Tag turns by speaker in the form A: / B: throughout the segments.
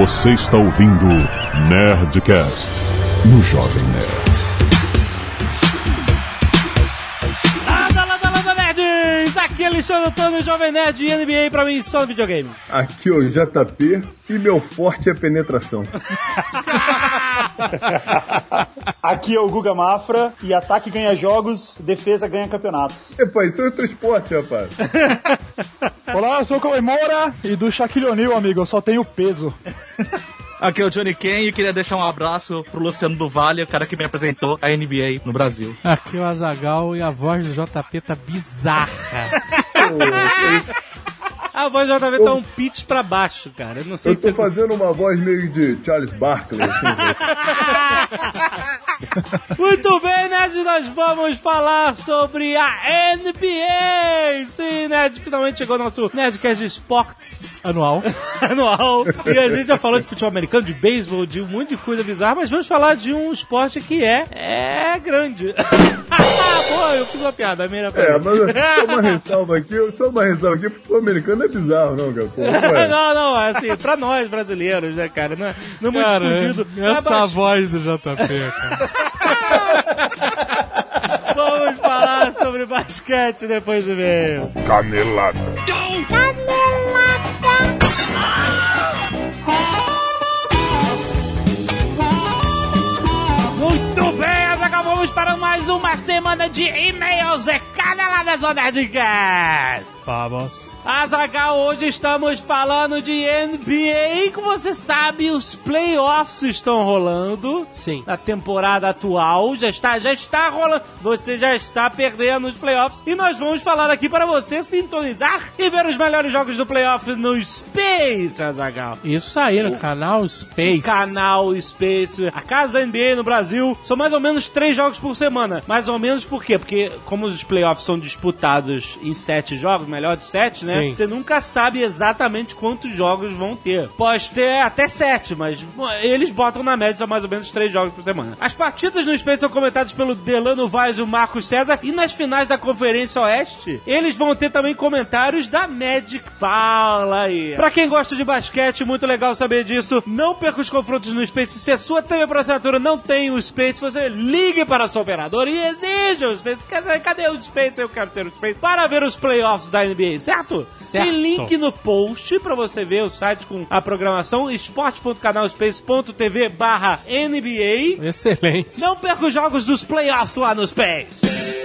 A: Você está ouvindo Nerdcast no Jovem Nerd.
B: Landa, nerds! Aqui é Alexandre Antônio, Jovem Nerd e NBA pra mim só no videogame.
C: Aqui é o JP e meu forte é penetração.
D: Aqui é o Guga Mafra e ataque ganha jogos, defesa ganha campeonatos.
C: Epa, isso é outro esporte, rapaz.
D: Olá, eu sou o Cauê Moura e do Shaquille O'Neal, amigo, eu só tenho peso.
E: Aqui é o Johnny Ken e queria deixar um abraço pro Luciano do Vale, o cara que me apresentou a NBA no Brasil.
F: Aqui é o Azaghal e a voz do JP tá bizarra.
B: A voz do JP tá um pitch pra baixo, cara. Eu não sei.
C: Eu tô fazendo uma voz meio de Charles Barkley. Assim,
B: Muito bem, Nerd, nós vamos falar sobre a NBA. Sim, Nerd, finalmente chegou o nosso Nerdcast de Esportes
F: Anual.
B: E a gente já falou de futebol americano, de beisebol, de um monte de coisa bizarra, mas vamos falar de um esporte que é grande. Pô, eu fiz uma piada,
C: mas só uma ressalva aqui, o futebol americano é bizarro, não, cara? Pô,
B: não, é assim, pra nós brasileiros, né, cara? Não é muito difundido.
F: Essa voz do JP, cara.
B: Vamos falar sobre basquete depois do meio.
A: Canelada.
B: Muito bem, nós acabamos para mais uma semana de e-mails e caneladas do Nerdcast.
F: Vamos.
B: Azaghal, hoje estamos falando de NBA e como você sabe, os playoffs estão rolando.
F: Sim.
B: Na temporada atual, já está rolando. Você já está perdendo os playoffs e nós vamos falar aqui para você sintonizar e ver os melhores jogos do playoff no Space, Azaghal.
F: Isso aí, no canal Space.
B: Canal Space. A casa da NBA no Brasil são mais ou menos 3 jogos por semana. Mais ou menos por quê? Porque como os playoffs são disputados em 7 jogos, melhor de 7, né?
F: Sim.
B: Você nunca sabe exatamente quantos jogos vão ter. Pode ter até 7, mas eles botam na média mais ou menos 3 jogos por semana. As partidas no Space são comentadas pelo Delano Vaz e o Marcos César, e nas finais da Conferência Oeste, eles vão ter também comentários da Magic Paula aí. Pra quem gosta de basquete, muito legal saber disso. Não perca os confrontos no Space. Se a sua TV por assinatura não tem o Space, você ligue para a sua operadora e exija o Space. Cadê o Space? Eu quero ter o Space para ver os playoffs da NBA, certo?
F: Certo.
B: Tem link no post pra você ver o site com a programação esporte.canalspace.tv/NBA.
F: Excelente.
B: Não perca os jogos dos playoffs lá no Space.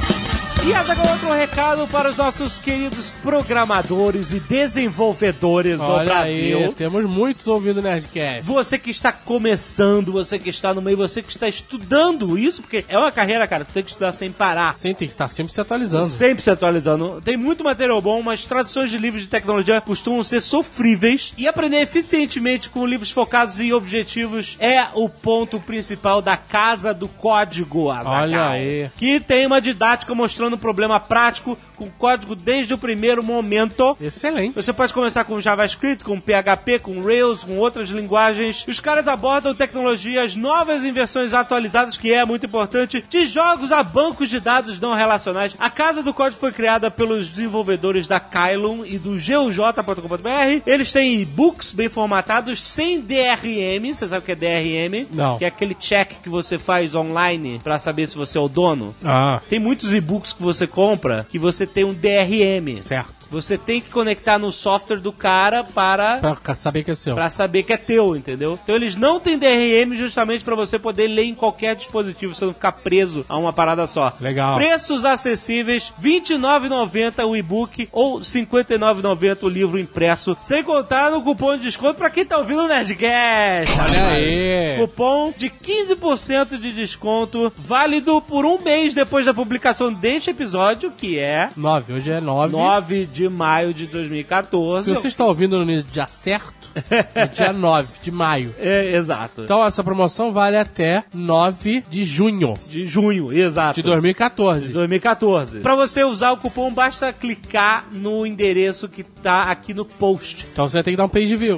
B: E agora outro recado para os nossos queridos programadores e desenvolvedores do Brasil.
F: Aí, temos muitos ouvindo Nerdcast.
B: Você que está começando, você que está no meio, você que está estudando isso, porque é uma carreira, cara, que tem que estudar sem parar.
F: Sim, tem que estar sempre se atualizando.
B: Sempre se atualizando. Tem muito material bom, mas traduções de livros de tecnologia costumam ser sofríveis. E aprender eficientemente com livros focados em objetivos é o ponto principal da Casa do Código, Azaghal.
F: Olha aí.
B: Que tem uma didática mostrando um problema prático com código desde o primeiro momento.
F: Excelente.
B: Você pode começar com JavaScript, com PHP, com Rails, com outras linguagens. Os caras abordam tecnologias novas em versões atualizadas, que é muito importante, de jogos a bancos de dados não relacionais. A Casa do Código foi criada pelos desenvolvedores da Kylon e do GeoJ.com.br. Eles têm e-books bem formatados, sem DRM. Você sabe o que é DRM?
F: Não.
B: Que é aquele check que você faz online pra saber se você é o dono.
F: Ah.
B: Tem muitos e-books que você compra que você tem um DRM.
F: Certo.
B: Você tem que conectar no software do cara para
F: saber que é seu.
B: Pra saber que é teu, entendeu? Então eles não têm DRM justamente pra você poder ler em qualquer dispositivo, você não ficar preso a uma parada só.
F: Legal.
B: Preços acessíveis, R$29,90 o e-book ou R$59,90 o livro impresso, sem contar no cupom de desconto pra quem tá ouvindo o Nerdcast.
F: Olha aí.
B: Cupom de 15% de desconto, válido por 1 mês depois da publicação deste episódio, que é
F: 9, hoje é
B: 9 de maio de 2014.
F: Se você está ouvindo no dia certo, é dia 9 de maio.
B: É, exato.
F: Então essa promoção vale até 9 de junho.
B: De junho, exato.
F: De 2014.
B: De 2014. Pra você usar o cupom, basta clicar no endereço que tá aqui no post.
F: Então você tem que dar um page view.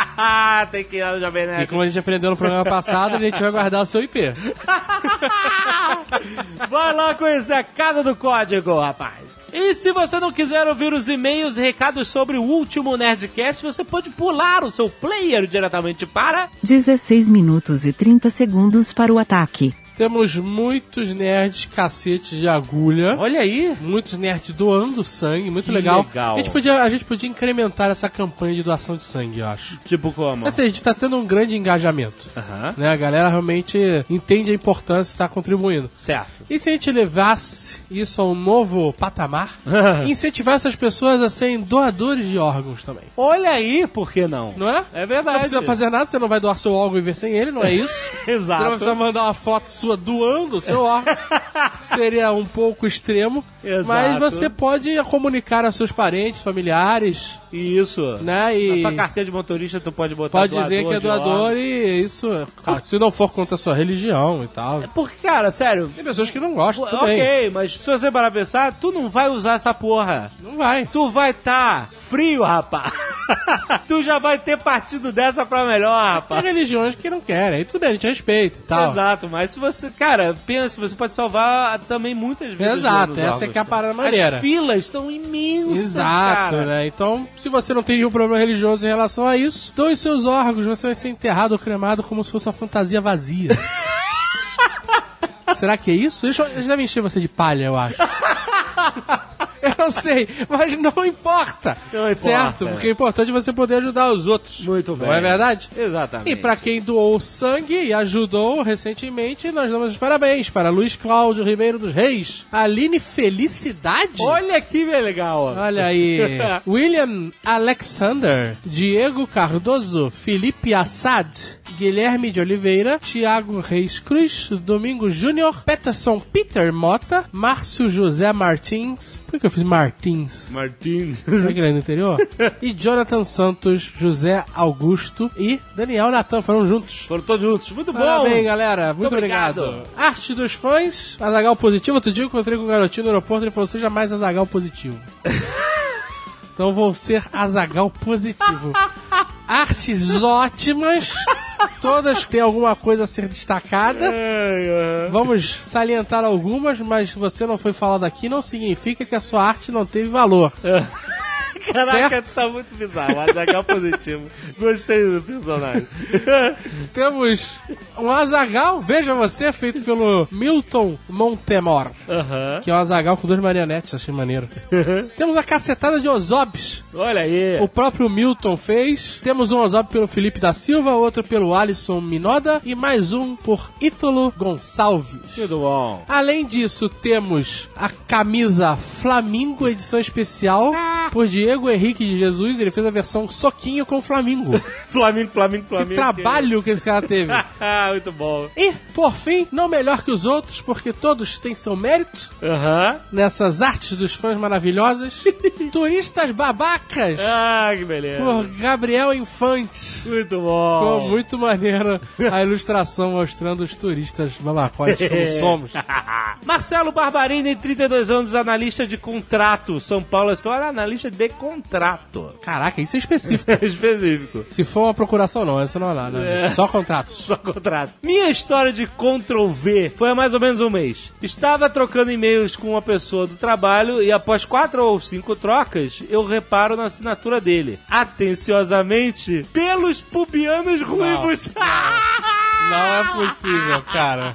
B: Tem que ir lá no Jovem Nerd.
F: E como a gente aprendeu no programa passado, a gente vai guardar o seu IP.
B: Vai lá conhecer a Casa do Código, rapaz. E se você não quiser ouvir os e-mails e recados sobre o último Nerdcast, você pode pular o seu player diretamente para
G: 16 minutos e 30 segundos para o ataque.
F: Temos muitos nerds cacetes de agulha.
B: Olha aí.
F: Muitos nerds doando sangue, muito
B: Que
F: legal.
B: legal.
F: A gente podia incrementar essa campanha de doação de sangue, eu acho.
B: Tipo como?
F: Assim, a gente tá tendo um grande engajamento. Né? A galera realmente entende a importância de estar contribuindo.
B: Certo.
F: E se a gente levasse isso a um novo patamar e incentivasse as pessoas a serem doadores de órgãos também?
B: Olha aí, por que não?
F: Não é?
B: É verdade.
F: Não precisa fazer nada, você não vai doar seu órgão e ver sem ele, não é isso?
B: Exato.
F: Você não precisa mandar uma foto sua doando o seu órgão. Seria um pouco extremo.
B: Exato.
F: Mas você pode comunicar aos seus parentes, familiares.
B: Isso.
F: Né? E
B: na sua carteira de motorista tu pode botar
F: pode dizer que é doador e isso, cara, se não for contra a sua religião e tal.
B: É porque, cara, sério.
F: Tem pessoas que não gostam, tudo
B: ok,
F: bem.
B: mas se você parar pra pensar, tu não vai usar essa porra.
F: Não vai.
B: Tu vai frio, rapaz. Tu já vai ter partido dessa pra melhor, rapaz.
F: Tem religiões que não querem, aí tudo bem, a gente respeita e tal.
B: Exato, mas se você, cara, pensa, você pode salvar também muitas vidas.
F: Exato, essa é que é a parada maneira.
B: As filas são imensas,
F: Exato,
B: cara.
F: né? Então, se você não tem nenhum problema religioso em relação a isso, doe seus órgãos, você vai ser enterrado ou cremado como se fosse uma fantasia vazia. Será que é isso? Eles devem encher você de palha, eu acho. Eu não sei, mas não importa.
B: Não importa.
F: Certo? Porque é importante você poder ajudar os outros.
B: Muito bem.
F: Não é verdade?
B: Exatamente.
F: E pra quem doou sangue e ajudou recentemente, nós damos os parabéns para Luiz Cláudio Ribeiro dos Reis, Aline Felicidade.
B: Olha que legal.
F: Olha aí. William Alexander, Diego Cardoso, Felipe Assad, Guilherme de Oliveira, Thiago Reis Cruz, Domingo Júnior, Peterson Peter Mota, Márcio José Martins. Por que eu fiz Martins?
B: Martins.
F: Será que ele é do interior? E Jonathan Santos, José Augusto e Daniel Natan foram juntos.
B: Foram todos juntos. Muito bom.
F: Parabéns, galera. Muito
B: obrigado.
F: obrigado. Arte dos fãs, Azaghal positivo. Outro dia eu encontrei com um garotinho no aeroporto e ele falou, seja mais Azaghal positivo. Então vou ser Azaghal positivo. Artes ótimas. Todas têm alguma coisa a ser destacada. Vamos salientar algumas, mas se você não foi falado aqui, não significa que a sua arte não teve valor.
B: Caraca, tu tá muito bizarro. Azaghal positivo. Gostei do personagem.
F: Temos um Azaghal, veja você, feito pelo Milton Montemor. Que é um Azaghal com 2 marionetes, achei maneiro. Temos a cacetada de Osobs.
B: Olha aí.
F: O próprio Milton fez. Temos um Ozob pelo Felipe da Silva, outro pelo Alisson Minoda e mais um por Ítalo Gonçalves.
B: Tudo bom.
F: Além disso, temos a camisa Flamingo, edição especial, por Diego Henrique de Jesus. Ele fez a versão soquinho com Flamingo.
B: Flamingo.
F: Que trabalho que esse cara teve.
B: Muito bom.
F: E, por fim, não melhor que os outros, porque todos têm seu mérito nessas artes dos fãs maravilhosas. Turistas babacas.
B: Que beleza.
F: Por Gabriel Infante.
B: Muito bom.
F: Ficou muito maneiro a ilustração mostrando os turistas babacões como somos.
B: Marcelo Barbarini, 32 anos, analista de contrato. São Paulo, olha, analista de contrato.
F: Caraca, isso é específico.
B: É específico.
F: Se for uma procuração, não, essa não é nada. Só contratos.
B: Só contratos. Minha história de Ctrl-V foi há mais ou menos um mês. Estava trocando e-mails com uma pessoa do trabalho e após 4 ou 5 trocas, eu reparo na assinatura dele. Atenciosamente, pelos pubianos ruivos.
F: Não é possível, cara.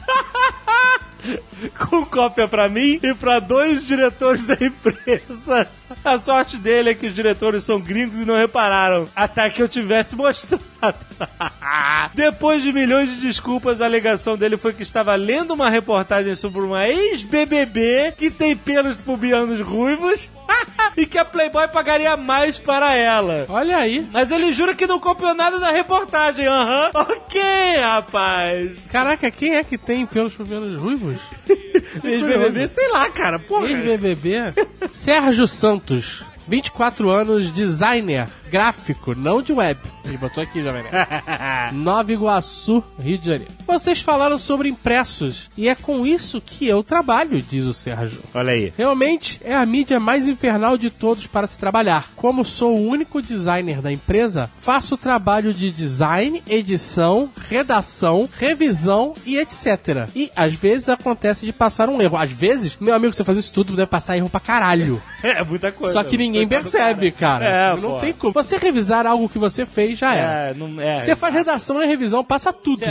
B: Com cópia pra mim e pra 2 diretores da empresa. A sorte dele é que os diretores são gringos e não repararam, até que eu tivesse mostrado. Depois de milhões de desculpas, a alegação dele foi que estava lendo uma reportagem sobre uma ex-BBB que tem pelos pubianos ruivos e que a Playboy pagaria mais para ela.
F: Olha aí.
B: Mas ele jura que não copiou nada da reportagem. Ok, rapaz.
F: Caraca, quem é que tem pelos pubianos ruivos?
B: Ex-BBB, sei lá, cara. Porra.
F: Ex-BBB? Sérgio Santos, 24 anos, designer gráfico, não de web. Ele botou aqui, Jovem Nerd. Nova Iguaçu, Rio de Janeiro. Vocês falaram sobre impressos e é com isso que eu trabalho, diz o Sérgio.
B: Olha aí.
F: Realmente é a mídia mais infernal de todos para se trabalhar. Como sou o único designer da empresa, faço o trabalho de design, edição, redação, revisão e etc. E às vezes acontece de passar um erro. Às vezes, meu amigo, você faz isso tudo, deve passar erro pra caralho.
B: É muita coisa.
F: Só que ninguém percebe, cara. Não tem como. Você revisar algo que você fez, já era. Você faz redação e revisão, passa tudo.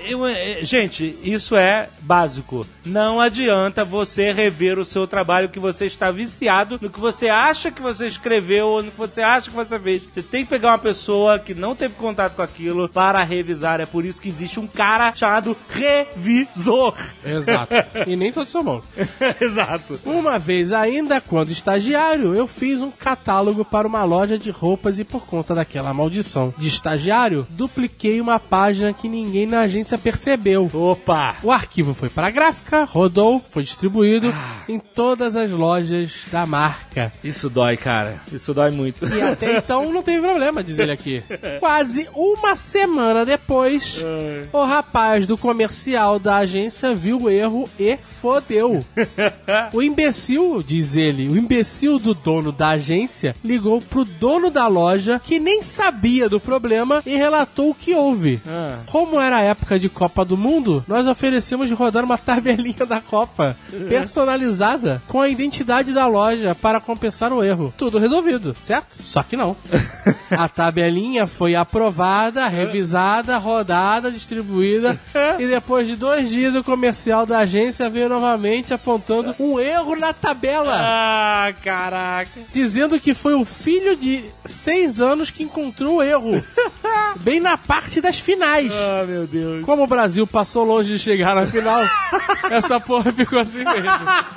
B: Gente, isso é básico. Não adianta você rever o seu trabalho que você está viciado no que você acha que você escreveu ou no que você acha que você fez. Você tem que pegar uma pessoa que não teve contato com aquilo para revisar. É por isso que existe um cara chamado revisor.
F: Exato. E nem todos são bons.
B: Exato.
F: Uma vez ainda, quando estagiário, eu fiz um catálogo para uma loja de roupas e por conta daquela maldição de estagiário, dupliquei uma página que ninguém na agência percebeu.
B: Opa!
F: O arquivo foi para a gráfica, rodou, foi distribuído em todas as lojas da marca.
B: Isso dói, cara. Isso dói muito.
F: E até então não teve problema, diz ele aqui. Quase uma semana depois, o rapaz do comercial da agência viu o erro e fodeu. O imbecil, diz ele, o imbecil do dono da agência ligou pro dono da loja que nem sabia do problema e relatou o que houve. Como era a época de Copa do Mundo, nós oferecemos de rodar uma tabelinha da Copa personalizada com a identidade da loja para compensar o erro. Tudo resolvido, certo? Só que não. A tabelinha foi aprovada, revisada, rodada, distribuída e depois de 2 dias o comercial da agência veio novamente apontando um erro na tabela.
B: Ah, caraca.
F: Dizendo que foi o filho de 6 anos que encontrou o erro. Bem na parte das finais.
B: Ah, meu Deus.
F: Como o Brasil passou longe de chegar na final, essa porra ficou assim mesmo.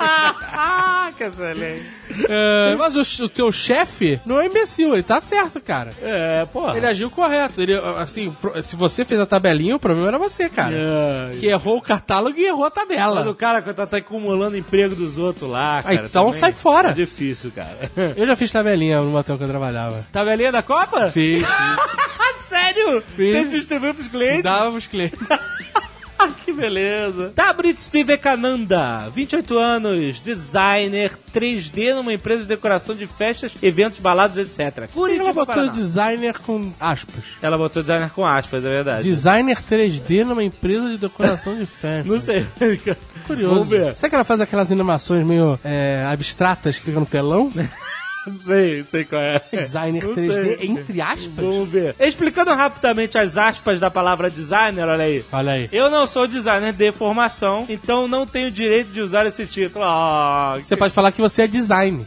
B: Que excelente.
F: Mas o teu chefe não é imbecil, ele tá certo, cara.
B: Porra.
F: Ele agiu correto. Ele, assim, se você fez a tabelinha, o problema era você, cara. Que errou o catálogo e errou a tabela.
B: Mas o cara que tá acumulando emprego dos outros lá, cara.
F: Então sai fora.
B: É difícil, cara.
F: Eu já fiz tabelinha no motel que eu trabalhava.
B: Tabelinha da Copa?
F: Fiz.
B: Sério?
F: Fiz.
B: Você distribuiu pros clientes?
F: Dava pros clientes.
B: Que beleza. Tabrits Vivekananda, 28 anos, designer 3D numa empresa de decoração de festas, eventos, baladas, etc. Curitiba,
F: Ela botou
B: Paraná.
F: designer com aspas.
B: Ela botou designer com aspas, é verdade.
F: Designer 3D numa empresa de decoração de festas.
B: Não sei.
F: Curioso.
B: Vamos ver.
F: Será que ela faz aquelas animações meio abstratas que ficam no telão?
B: Sei qual é.
F: Designer
B: Não
F: 3D,
B: sei.
F: entre aspas?
B: Vamos ver. Explicando rapidamente as aspas da palavra designer, olha aí.
F: Olha aí.
B: Eu não sou designer de formação, então não tenho direito de usar esse título.
F: Você pode falar que você é design.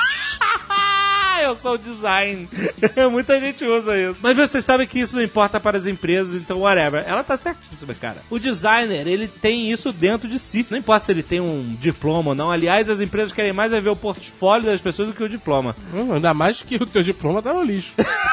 B: Eu sou design. Muita gente usa isso. Mas vocês sabem que isso não importa para as empresas, então whatever. Ela tá certíssima, cara. O designer, ele tem isso dentro de si. Não importa se ele tem um diploma ou não. Aliás, as empresas querem mais ver o portfólio das pessoas do que o diploma.
F: Ainda mais que o teu diploma tá no lixo.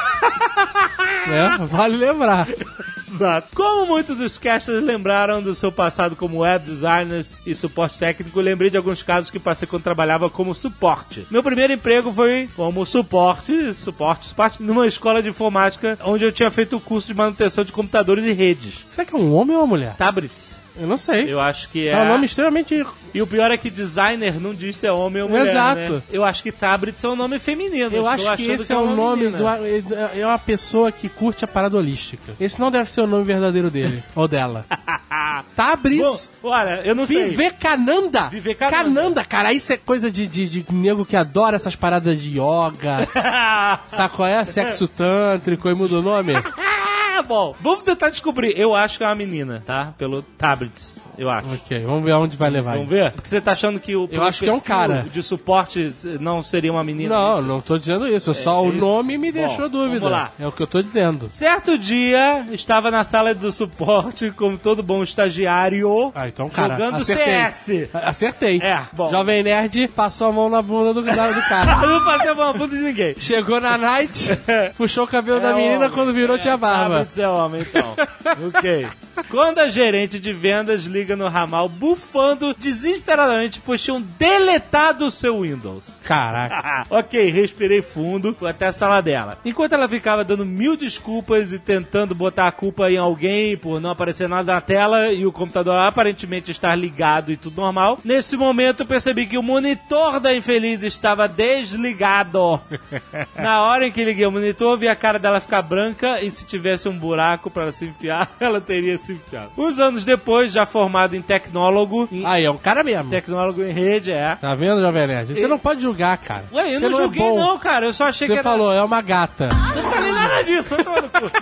F: Vale lembrar.
B: Exato. Como muitos dos casters lembraram do seu passado como web designers e suporte técnico, lembrei de alguns casos que passei quando trabalhava como suporte. Meu primeiro emprego foi como suporte numa escola de informática, onde eu tinha feito o curso de manutenção de computadores e redes.
F: Será que é um homem ou uma mulher?
B: Tabrits.
F: Eu não sei.
B: Eu acho que
F: É um nome extremamente...
B: E o pior é que designer não diz se é homem ou mulher,
F: Exato.
B: né? Eu acho que Tabrits é um nome feminino.
F: Eu acho que esse é o nome é uma pessoa que curte a parada holística. Esse não deve ser o nome verdadeiro dele. Ou dela. Tabrits.
B: Bom, olha, eu não sei.
F: Vivekananda.
B: Vivekananda.
F: Cara, isso é coisa de nego que adora essas paradas de yoga. Sabe qual é? Sexo tântrico e muda o nome.
B: Bom, vamos tentar descobrir. Eu acho que é uma menina, tá? Pelo Tabrits, eu acho.
F: Ok, vamos ver aonde vai levar
B: Vamos
F: isso.
B: ver? Porque você tá achando que o
F: Eu acho que é um cara.
B: de suporte não seria uma menina?
F: Não tô dizendo isso. Só o nome me deixou dúvida.
B: Vamos lá.
F: É o que eu tô dizendo.
B: Certo dia, estava na sala do suporte, como todo bom estagiário,
F: Então, cara,
B: jogando
F: acertei.
B: CS.
F: Acertei.
B: Bom.
F: Jovem Nerd passou a mão na bunda do cara.
B: Eu não passei a mão na bunda de ninguém.
F: Chegou na night, puxou o cabelo da menina,
B: homem.
F: quando virou tinha barba.
B: Tabrits é homem, então. Ok. Quando a gerente de vendas liga no ramal bufando desesperadamente, pois tinham deletado o seu Windows.
F: Caraca.
B: Ok, respirei fundo, fui até a sala dela. Enquanto ela ficava dando 1000 desculpas e tentando botar a culpa em alguém por não aparecer nada na tela e o computador aparentemente estar ligado e tudo normal, nesse momento eu percebi que o monitor da infeliz estava desligado. Na hora em que liguei o monitor, vi a cara dela ficar branca e se tivesse um buraco para ela se enfiar, ela teria se enfiado. Uns anos depois, já formado em tecnólogo...
F: Aí, é um cara mesmo.
B: Tecnólogo em rede, é.
F: Tá vendo, Jovem Nerd? Você não pode julgar, cara.
B: Ué, eu
F: Você
B: não julguei
F: é
B: não, cara. Eu só achei que
F: Você
B: era...
F: falou, é uma gata.
B: Não falei nada disso, eu tô no cu.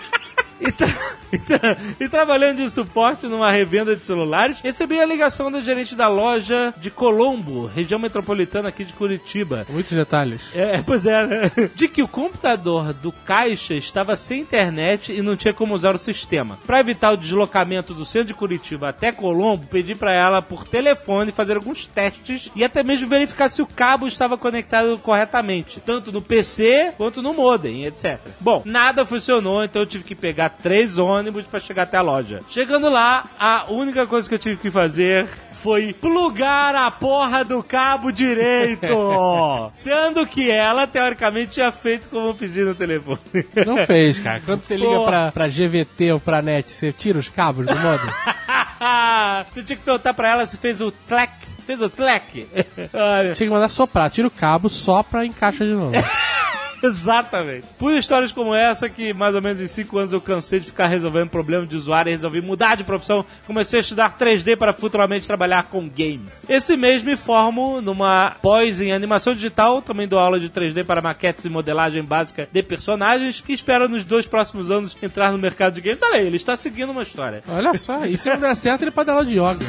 B: E trabalhando de suporte numa revenda de celulares, recebi a ligação da gerente da loja de Colombo, região metropolitana aqui de Curitiba.
F: Muitos detalhes.
B: Pois é, né? De que o computador do caixa estava sem internet e não tinha como usar o sistema. Para evitar o deslocamento do centro de Curitiba até Colombo, pedi para ela por telefone fazer alguns testes e até mesmo verificar se o cabo estava conectado corretamente, tanto no PC quanto no modem, etc. Bom, nada funcionou, então eu tive que pegar 3 ônibus para chegar até a loja. Chegando lá, a única coisa que eu tive que fazer foi plugar a porra do cabo direito. Sendo que ela, teoricamente, tinha feito como eu pedi no telefone.
F: Não fez, cara. Quando você liga pra GVT ou pra NET, você tira os cabos do modem?
B: Você tinha que perguntar pra ela se fez o tlec. Fez o tlec? Olha.
F: Tinha que mandar soprar. Tira o cabo, sopra e encaixa de novo.
B: Exatamente. Por histórias como essa, que mais ou menos em 5 anos eu cansei de ficar resolvendo problema de usuário e resolvi mudar de profissão, comecei a estudar 3D para futuramente trabalhar com games. Esse mês me formo numa pós em animação digital, também dou aula de 3D para maquetes e modelagem básica de personagens, que espero nos 2 próximos anos entrar no mercado de games. Olha aí, ele está seguindo uma história.
F: Olha só, e se não der certo, ele pode dar aula de yoga.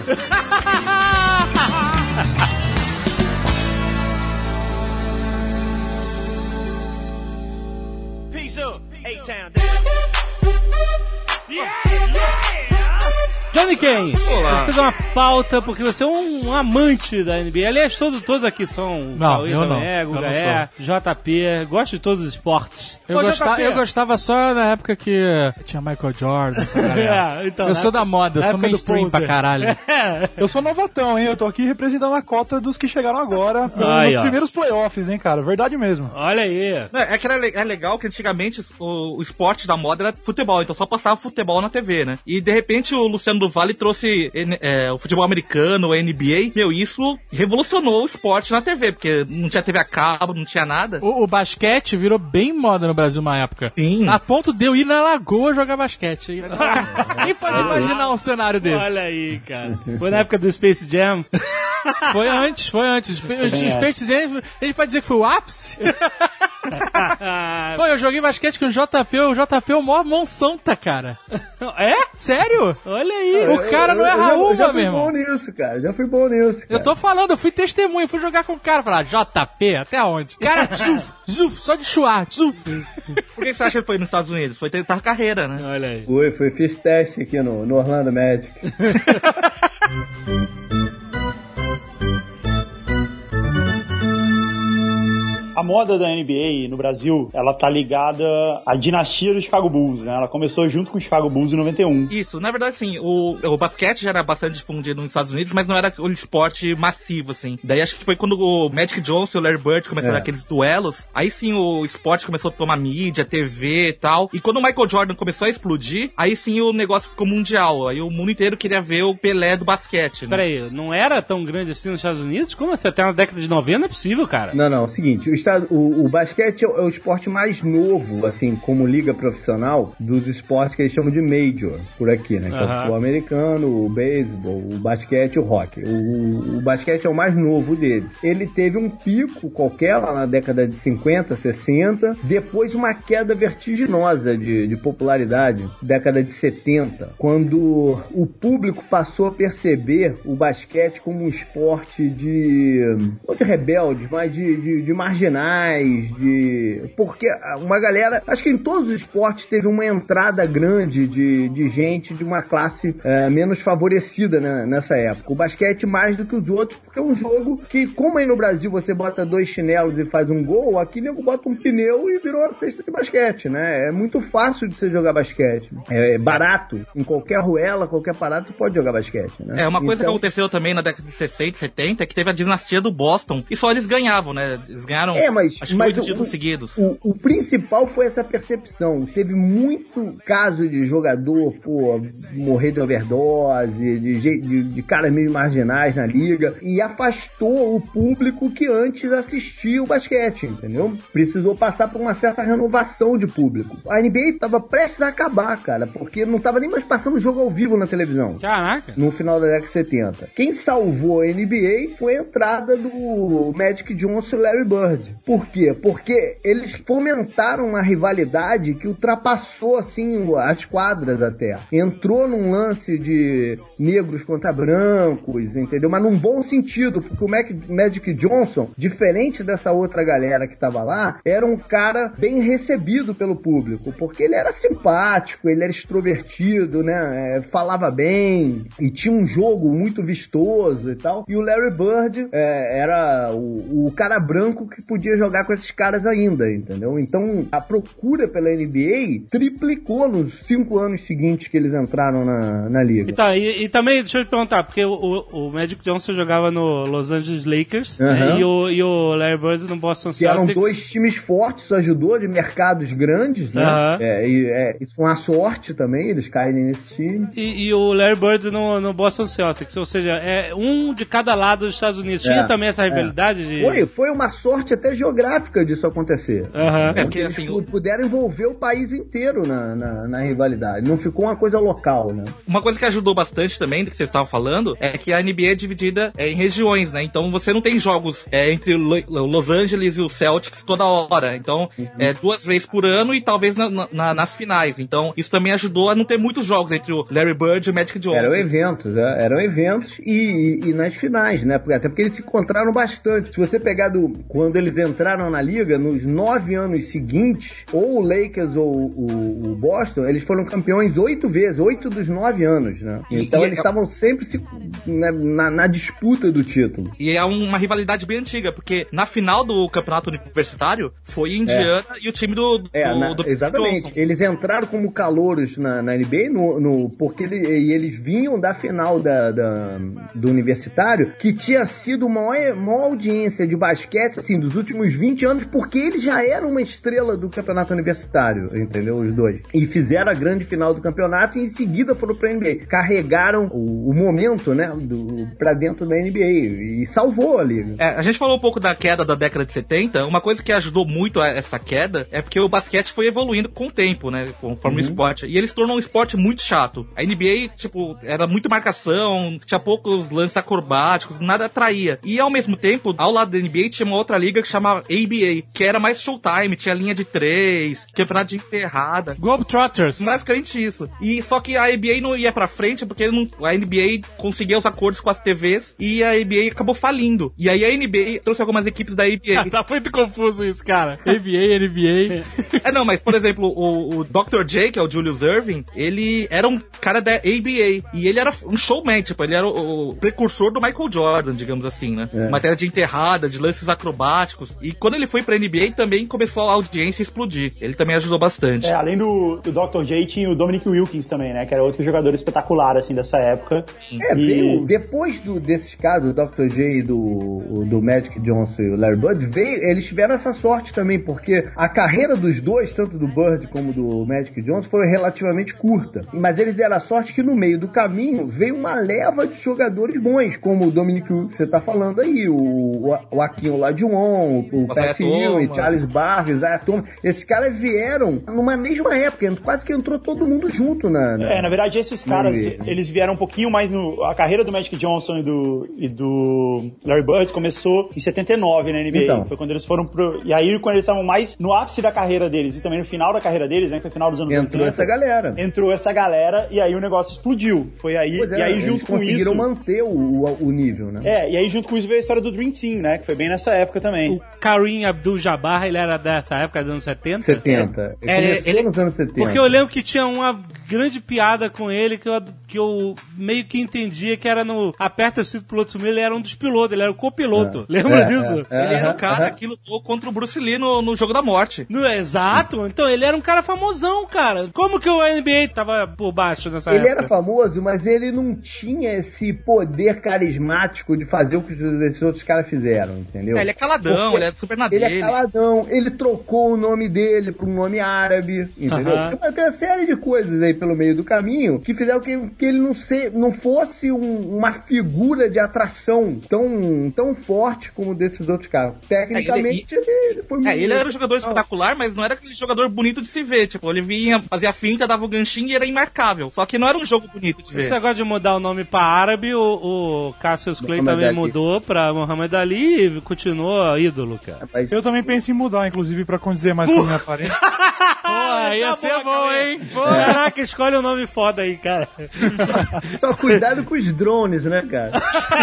B: Johnny Ken, você fez uma pauta porque você é um amante da NBA. Aliás, todos aqui são Cauê, Guga, JP, gosto de todos os esportes.
F: Eu gostava só na época que tinha Michael Jordan.
B: Então,
F: eu sou da moda, eu sou mainstream pra caralho.
D: Eu sou novatão, hein? Eu tô aqui representando a cota dos que chegaram agora nos primeiros playoffs, hein, cara? Verdade mesmo.
B: Olha aí.
E: É que é legal que antigamente o esporte da moda era futebol, então só passava futebol na TV, né? E de repente o Luciano do Vale trouxe o futebol americano, a NBA. Meu, isso revolucionou o esporte na TV, porque não tinha TV a cabo, não tinha nada.
F: O basquete virou bem moda no Brasil uma época.
E: Sim.
F: A ponto de eu ir na Lagoa jogar basquete. Quem pode imaginar um cenário desse?
B: Olha aí, cara. Foi na época do Space Jam?
F: Foi antes. Space Jam, a gente pode dizer que foi o ápice? Pô, eu joguei basquete com o JP é o maior monsanta, cara.
B: É?
F: Sério?
B: Olha aí.
F: O cara não erra uma, meu irmão.
C: Já fui bom nisso, cara.
F: Eu tô falando, eu fui testemunha, fui jogar com o cara, falar, JP, até onde? Cara, zuf, só de chuar, zuf.
E: Por que você acha que ele foi nos Estados Unidos? Foi tentar carreira, né?
B: Olha aí.
C: Fiz teste aqui no Orlando Magic.
D: A moda da NBA no Brasil, ela tá ligada à dinastia do Chicago Bulls, né? Ela começou junto com o Chicago Bulls em 91.
E: Isso, na verdade, sim, o basquete já era bastante difundido nos Estados Unidos, mas não era o esporte massivo, assim. Daí acho que foi quando o Magic Johnson e o Larry Bird começaram aqueles duelos, aí sim o esporte começou a tomar mídia, TV e tal. E quando o Michael Jordan começou a explodir, aí sim o negócio ficou mundial. Aí o mundo inteiro queria ver o Pelé do basquete, né?
B: Peraí, não era tão grande assim nos Estados Unidos? Como assim? Até na década de 90 não é possível, cara.
C: Não, é o seguinte, o basquete é o esporte mais novo, assim, como liga profissional, dos esportes que eles chamam de major, por aqui, né? Que é o futebol americano, o beisebol, o basquete e o hockey. O basquete é o mais novo dele. Ele teve um pico qualquer lá na década de 50, 60, depois uma queda vertiginosa de popularidade, década de 70, quando o público passou a perceber o basquete como um esporte não de rebeldes, mas de marginais, marginais, porque uma galera, acho que em todos os esportes teve uma entrada grande de gente de uma classe menos favorecida, né, nessa época. O basquete mais do que os outros, porque é um jogo que, como aí no Brasil você bota 2 chinelos e faz um gol, aqui nego bota um pneu e virou uma cesta de basquete, né? É muito fácil de você jogar basquete. É barato. Em qualquer ruela, qualquer parada, você pode jogar basquete, né?
E: Uma coisa que aconteceu também na década de 60, 70, é que teve a dinastia do Boston e só eles ganhavam, né? Eles ganharam acho que 8 títulos seguidos.
C: O principal foi essa percepção. Teve muito caso de jogador, morrer de overdose, de caras meio marginais na liga, e afastou o público que antes assistia o basquete, entendeu? Precisou passar por uma certa renovação de público. A NBA tava prestes a acabar, cara, porque não tava nem mais passando jogo ao vivo na televisão.
B: Caraca!
C: No final da década de 70. Quem salvou a NBA foi a entrada do Magic Johnson e Larry Bird. Por quê? Porque eles fomentaram uma rivalidade que ultrapassou, assim, as quadras até. Entrou num lance de negros contra brancos, entendeu? Mas num bom sentido, porque o Magic Johnson, diferente dessa outra galera que tava lá, era um cara bem recebido pelo público, porque ele era simpático, ele era extrovertido, né? Falava bem e tinha um jogo muito vistoso e tal. E o Larry Bird era o cara branco que podia jogar com esses caras ainda, entendeu? Então a procura pela NBA triplicou nos 5 anos seguintes que eles entraram na liga.
B: Então, e também, deixa eu te perguntar, porque o Magic Johnson jogava no Los Angeles Lakers, né, e o Larry Bird no Boston Celtics.
C: Que eram 2 times fortes, isso ajudou, de mercados grandes, né? Isso foi uma sorte também, eles caírem nesse time.
B: E o Larry Bird no Boston Celtics, ou seja, um de cada lado dos Estados Unidos. Tinha também essa rivalidade?
C: Foi uma sorte até geográfica disso acontecer.
E: Porque assim,
C: eles puderam envolver o país inteiro na rivalidade. Não ficou uma coisa local, né?
E: Uma coisa que ajudou bastante também, do que vocês estavam falando, é que a NBA é dividida em regiões, né? Então você não tem jogos entre Los Angeles e o Celtics toda hora. Então, 2 vezes por ano e talvez nas finais. Então, isso também ajudou a não ter muitos jogos entre o Larry Bird e o Magic Johnson.
C: Eram eventos e nas finais, né? Até porque eles se encontraram bastante. Se você pegar quando eles entraram na liga, nos 9 anos seguintes, ou o Lakers ou o Boston, eles foram campeões 8 vezes, 8 dos 9 anos, né? Então eles estavam sempre na disputa do título.
E: E é uma rivalidade bem antiga, porque na final do campeonato universitário foi Indiana e o time do
C: exatamente.
E: Johnson.
C: Eles entraram como calouros na NBA porque eles vinham da final do universitário, que tinha sido uma maior audiência de basquete, assim, dos últimos 20 anos, porque eles já eram uma estrela do campeonato universitário, entendeu? Os dois. E fizeram a grande final do campeonato e em seguida foram pra NBA. Carregaram o momento, né, pra dentro da NBA e salvou a liga.
E: A gente falou um pouco da queda da década de 70. Uma coisa que ajudou muito a essa queda é porque o basquete foi evoluindo com o tempo, né, conforme o esporte. E ele se tornou um esporte muito chato. A NBA, era muito marcação, tinha poucos lances acrobáticos, nada atraía. E ao mesmo tempo, ao lado da NBA, tinha uma outra liga que chamava ABA, que era mais showtime, tinha linha de 3, campeonato de enterrada.
F: Globetrotters.
E: Basicamente isso. E só que a ABA não ia pra frente porque a NBA conseguia os acordos com as TVs e a ABA acabou falindo. E aí a NBA trouxe algumas equipes da ABA.
F: Tá muito confuso isso, cara. ABA, NBA.
E: Não, mas por exemplo, o Dr. J, que é o Julius Erving, ele era um cara da ABA e ele era um showman, ele era o precursor do Michael Jordan, digamos assim, né? Matéria de enterrada, de lances acrobáticos. E quando ele foi pra NBA, também começou a audiência a explodir. Ele também ajudou bastante.
D: Além do Dr. J, tinha o Dominic Wilkins também, né? Que era outro jogador espetacular, assim, dessa época.
C: Depois desses casos, o Dr. J e do Magic Johnson e o Larry Bird, eles tiveram essa sorte também, porque a carreira dos dois, tanto do Bird como do Magic Johnson, foi relativamente curta. Mas eles deram a sorte que no meio do caminho veio uma leva de jogadores bons, como o Dominic Wilkins, que você tá falando aí, o Akin Olajuwon, o Pat Ewing, Charles Barkley, Isaiah Thomas. Esses caras vieram numa mesma época, quase que entrou todo mundo junto na
D: verdade, esses caras, eles vieram um pouquinho mais a carreira do Magic Johnson e do Larry Bird começou em 79 na NBA. Então. Foi quando eles foram E aí, quando eles estavam mais no ápice da carreira deles e também no final da carreira deles, né, que foi no final dos anos 80. Entrou essa galera e aí o negócio explodiu. Foi aí, e aí junto com isso...
C: conseguiram manter o nível, né?
D: E aí junto com isso veio a história do Dream Team, né, que foi bem nessa época também.
B: Kareem Abdul-Jabbar, ele era dessa época, dos anos 70?
C: 70. Ele nos anos 70.
B: Porque eu lembro que tinha uma grande piada com ele que eu meio que entendia que era no Aperta o Cinto Piloto Sumiu, ele era um dos pilotos, ele era o copiloto. Lembra disso?
E: Ele era o cara que lutou contra o Bruce Lee no Jogo da Morte.
B: Exato. Então ele era um cara famosão, cara. Como que o NBA tava por baixo nessa época?
C: Ele era famoso, mas ele não tinha esse poder carismático de fazer o que esses outros caras fizeram, entendeu?
E: Ele é caladão, ele é super na dele.
C: Ele é caladão, ele trocou o nome dele pra um nome árabe, entendeu? Tem uma série de coisas aí pelo meio do caminho que fizeram que ele não fosse uma figura de atração tão forte como desses outros caras. Tecnicamente, ele foi muito...
E: ele era um jogador espetacular, mas não era aquele jogador bonito de se ver. Tipo, ele vinha, fazia a finta, dava o ganchinho e era imarcável. Só que não era um jogo bonito de ver.
B: Esse negócio de mudar o nome pra árabe, o Cassius Clay também mudou pra Muhammad Ali e continuou ídolo, cara.
H: Eu também penso em mudar, inclusive, pra condizer mais com a minha aparência.
F: Pô, ia ser bom, hein?
B: Caraca, escolhe um nome foda aí, cara.
C: Só cuidado com os drones, né, cara?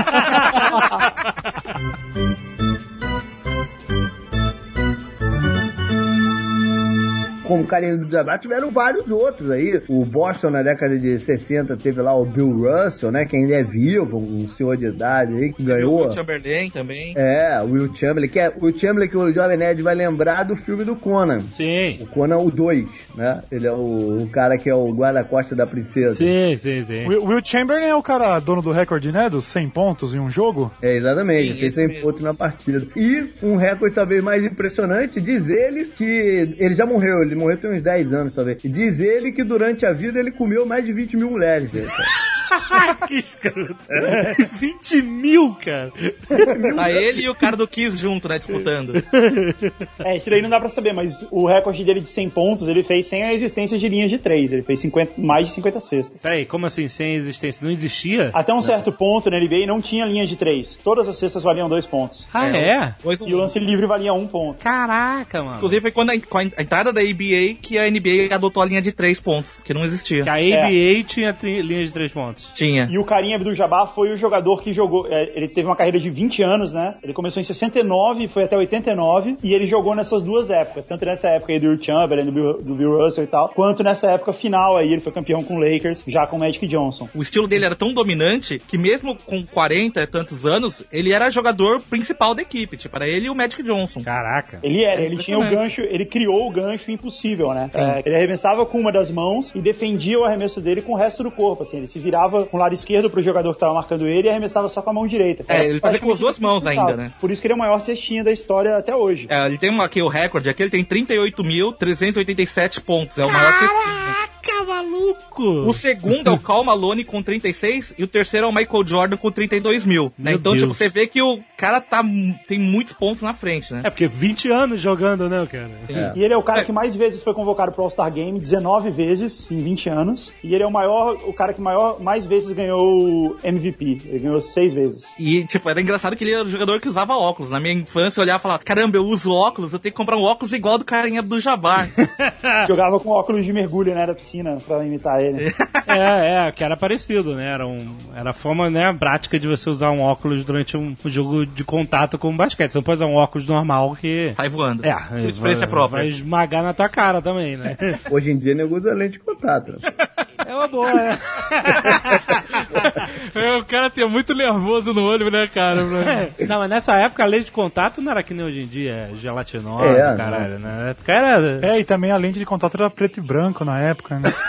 C: Como Kareem Abdul-Jabbar, tiveram vários outros aí. O Boston, na década de 60, teve lá o Bill Russell, né? Que ainda é vivo, um senhor de idade aí, que ganhou.
E: O Will Chamberlain também.
C: O Will Chamberlain, que o Jovem Nerd vai lembrar do filme do Conan.
B: Sim.
C: O Conan, o 2, né? Ele é o cara que é o guarda-costas da princesa.
B: Sim.
H: O Will Chamberlain é o cara dono do recorde, né? Dos 100 pontos em um jogo?
C: Exatamente. Ele fez 100 pontos na partida. E um recorde talvez mais impressionante, diz ele que ele já morreu, ele morreu tem uns 10 anos, talvez. E diz ele que durante a vida ele comeu mais de 20 mil mulheres.
B: Que escroto. 20 mil, cara.
E: Tá ele e o cara do Kiss junto, né, disputando.
D: Isso daí não dá pra saber, mas o recorde dele de 100 pontos, ele fez sem a existência de linhas de 3. Ele fez mais de 50 cestas.
B: Peraí, como assim, sem existência? Não existia?
D: Até um certo ponto na NBA não tinha linhas de 3. Todas as cestas valiam 2 pontos. E o lance livre valia 1 ponto.
B: Caraca, mano.
E: Inclusive foi quando com a entrada da ABA que a NBA adotou a linha de 3 pontos, que não existia.
B: Que a ABA tinha linha de 3 pontos.
E: Tinha.
D: E o Kareem Abdul-Jabbar foi o jogador que jogou... ele teve uma carreira de 20 anos, né? Ele começou em 69 e foi até 89. E ele jogou nessas duas épocas. Tanto nessa época aí do Will Chamberlain, do Bill Russell e tal, quanto nessa época final aí. Ele foi campeão com o Lakers, já com o Magic Johnson.
E: O estilo dele era tão dominante que mesmo com 40 e tantos anos, ele era jogador principal da equipe. Tipo, era ele e o Magic Johnson.
B: Caraca.
D: Ele tinha o gancho, ele criou o gancho impossível, né? Ele arremessava com uma das mãos e defendia o arremesso dele com o resto do corpo, assim. Ele se virava com o lado esquerdo pro jogador que tava marcando ele e arremessava só com a mão direita.
E: Ele fazia com as duas mãos ainda, né?
D: Por isso que ele é o maior cestinha da história até hoje.
E: Ele tem aqui o recorde, aqui ele tem 38.387 pontos, é o maior cestinha.
B: Caraca, maluco!
E: O segundo é o Karl Malone com 36 e o terceiro é o Michael Jordan com 32 mil, né? Então, tipo, você vê que o cara tem muitos pontos na frente, né?
B: Porque 20 anos jogando, né, cara?
D: E ele é o cara que mais vezes foi convocado pro All-Star Game, 19 vezes em 20 anos. E ele é o cara que mais vezes ganhou o MVP. Ele ganhou 6 vezes.
E: E, tipo, era engraçado que ele era o jogador que usava óculos. Na minha infância, eu olhava e falava, caramba, eu uso óculos, eu tenho que comprar um óculos igual do Kareem Abdul-Jabbar.
D: Jogava com óculos de mergulho, né, da piscina, pra imitar ele.
B: Que era parecido, né? Era a forma, né, prática de você usar um óculos durante um jogo de contato com o basquete. Você não pode usar um óculos normal que...
E: sai voando.
B: Experiência própria. Vai esmagar na tua cara também, né?
C: Hoje em dia, nego usa lente de contato. Né?
B: É uma boa, né?
F: O cara tem muito nervoso no olho, né, cara?
B: Não, mas nessa época a lente de contato não era que nem hoje em dia, gelatinosa, caralho, né? Na época era...
H: e também a lente de contato era preto e branco na época, né?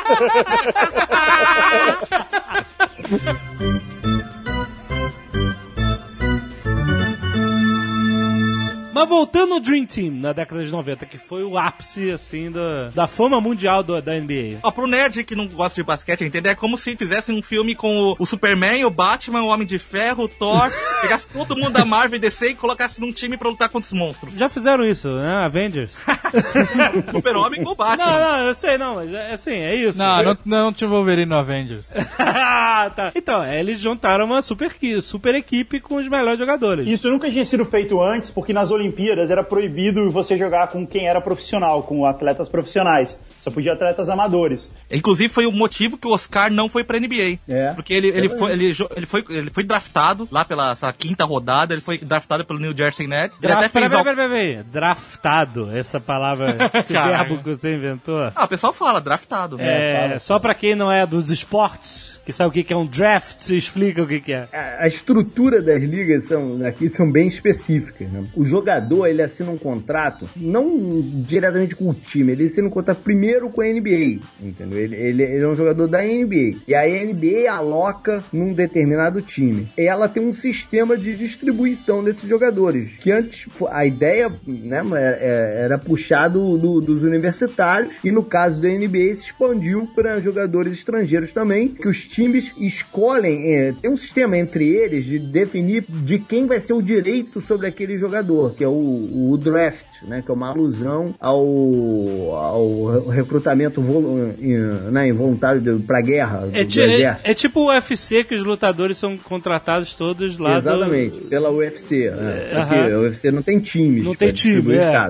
B: Mas voltando ao Dream Team, na década de 90, que foi o ápice, assim, da fama mundial da NBA.
E: Pro nerd que não gosta de basquete, entender, é como se fizessem um filme com o Superman, o Batman, o Homem de Ferro, o Thor, pegasse todo mundo da Marvel e DC e colocasse num time pra lutar contra os monstros.
B: Já fizeram isso, né? Avengers.
E: Super-Homem com o Batman.
B: Não, eu sei, não, mas assim, é isso.
F: Não te Wolverine no Avengers.
B: Tá. Então, eles juntaram uma super equipe com os melhores jogadores.
D: Isso nunca tinha sido feito antes, porque nas Olimpíadas Olimpíadas era proibido você jogar com quem era profissional, com atletas profissionais. Só podia atletas amadores.
E: Inclusive foi o motivo que o Oscar não foi pra NBA. Porque ele foi draftado lá pela quinta rodada, ele foi draftado pelo New Jersey Nets.
B: Peraí. Draftado, essa palavra, esse verbo que você inventou.
E: O pessoal fala draftado.
B: Só pra quem não é dos esportes, que sabe o que é um draft, se explica o que é.
C: A estrutura das ligas aqui são bem específicas, né? O jogador, ele assina um contrato, não diretamente com o time, ele assina um contrato primeiro com a NBA, entendeu? Ele é um jogador da NBA. E aí a NBA aloca num determinado time. E ela tem um sistema de distribuição desses jogadores, que antes a ideia, né, era puxar dos universitários, e no caso da NBA se expandiu para jogadores estrangeiros também, que os times escolhem, tem um sistema entre eles de definir de quem vai ser o direito sobre aquele jogador, que é o draft, né, que é uma alusão ao recrutamento involuntário pra guerra do exército.
B: É tipo o UFC, que os lutadores são contratados todos lá.
C: Exatamente, pela UFC. Porque o UFC não tem times.
B: Não tem time,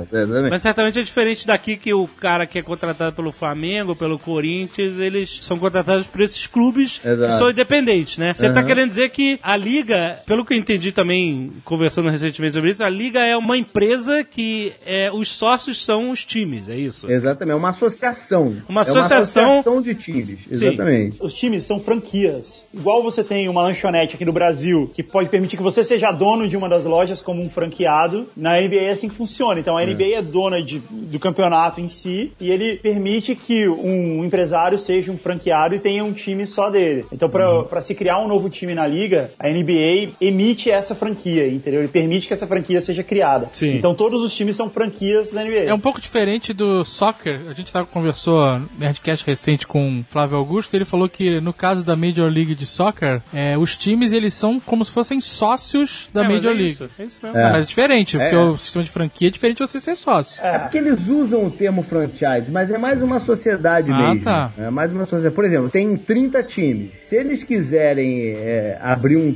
B: mas certamente é diferente daqui, que o cara que é contratado pelo Flamengo, pelo Corinthians, eles são contratados por esses clubes que são independentes, né? Você tá querendo dizer que a Liga, pelo que eu entendi também, conversando recentemente sobre isso, a Liga é uma empresa que os sócios são os times, é isso?
C: Exatamente, é uma associação.
B: Uma associação
C: de times, exatamente.
D: Sim. Os times são franquias. Igual você tem uma lanchonete aqui no Brasil, que pode permitir que você seja dono de uma das lojas como um franqueado, na NBA é assim que funciona. Então a NBA é dona do campeonato em si, e ele permite que um empresário seja um franqueado e tenha um time só dele. Então para se criar um novo time na Liga, a NBA emite essa franquia, entendeu? Ele permite que essa franquia seja criada.
B: Sim.
D: Então todos os times são franquias da NBA.
F: É um pouco diferente do soccer. A gente conversou no Nerdcast recente com o Flávio Augusto, ele falou que no caso da Major League de Soccer, os times eles são como se fossem sócios da Major League.
B: É isso mesmo.
F: Mas é diferente, porque o sistema de franquia é diferente de você ser sócio.
C: É porque eles usam o termo franchise, mas é mais uma sociedade mesmo.
F: Tá.
C: É mais uma sociedade. Por exemplo, tem 30 times. Se eles quiserem abrir um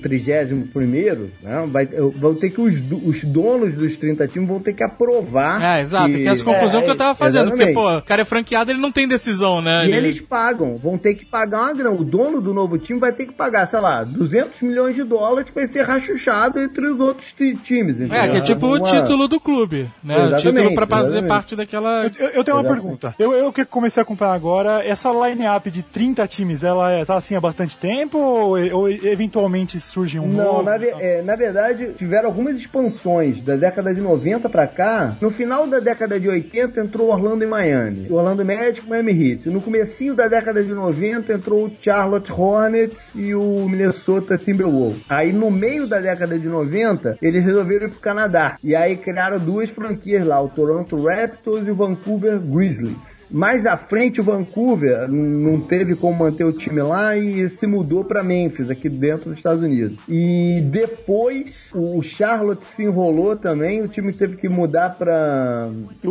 C: 31º, né, vão ter que os donos dos 30 times vão ter que aprovar.
F: Exato, que é essa confusão que eu tava fazendo, porque, o cara é franqueado, ele não tem decisão, né?
C: E eles pagam, vão ter que pagar uma grana. O dono do novo time vai ter que pagar, sei lá, $200 milhões que vai ser rachuchado entre os outros times. Entendeu?
F: Que é tipo o título do clube, né?
C: Exatamente,
F: o título pra fazer parte daquela...
H: Eu tenho uma pergunta. Eu que comecei a acompanhar agora, essa line-up de 30 times, ela tá assim há bastante tempo ou eventualmente surge um novo?
C: Não, na verdade, tiveram algumas expansões da década de 90 pra cá. No final da década de 80 entrou Orlando e Miami. O Orlando Magic, Miami Heat. No comecinho da década de 90 entrou o Charlotte Hornets e o Minnesota Timberwolves. Aí no meio da década de 90, eles resolveram ir pro Canadá. E aí criaram duas franquias lá, o Toronto Raptors e o Vancouver Grizzlies. Mais à frente, o Vancouver não teve como manter o time lá e se mudou para Memphis, aqui dentro dos Estados Unidos. E depois, o Charlotte se enrolou também, o time teve que mudar para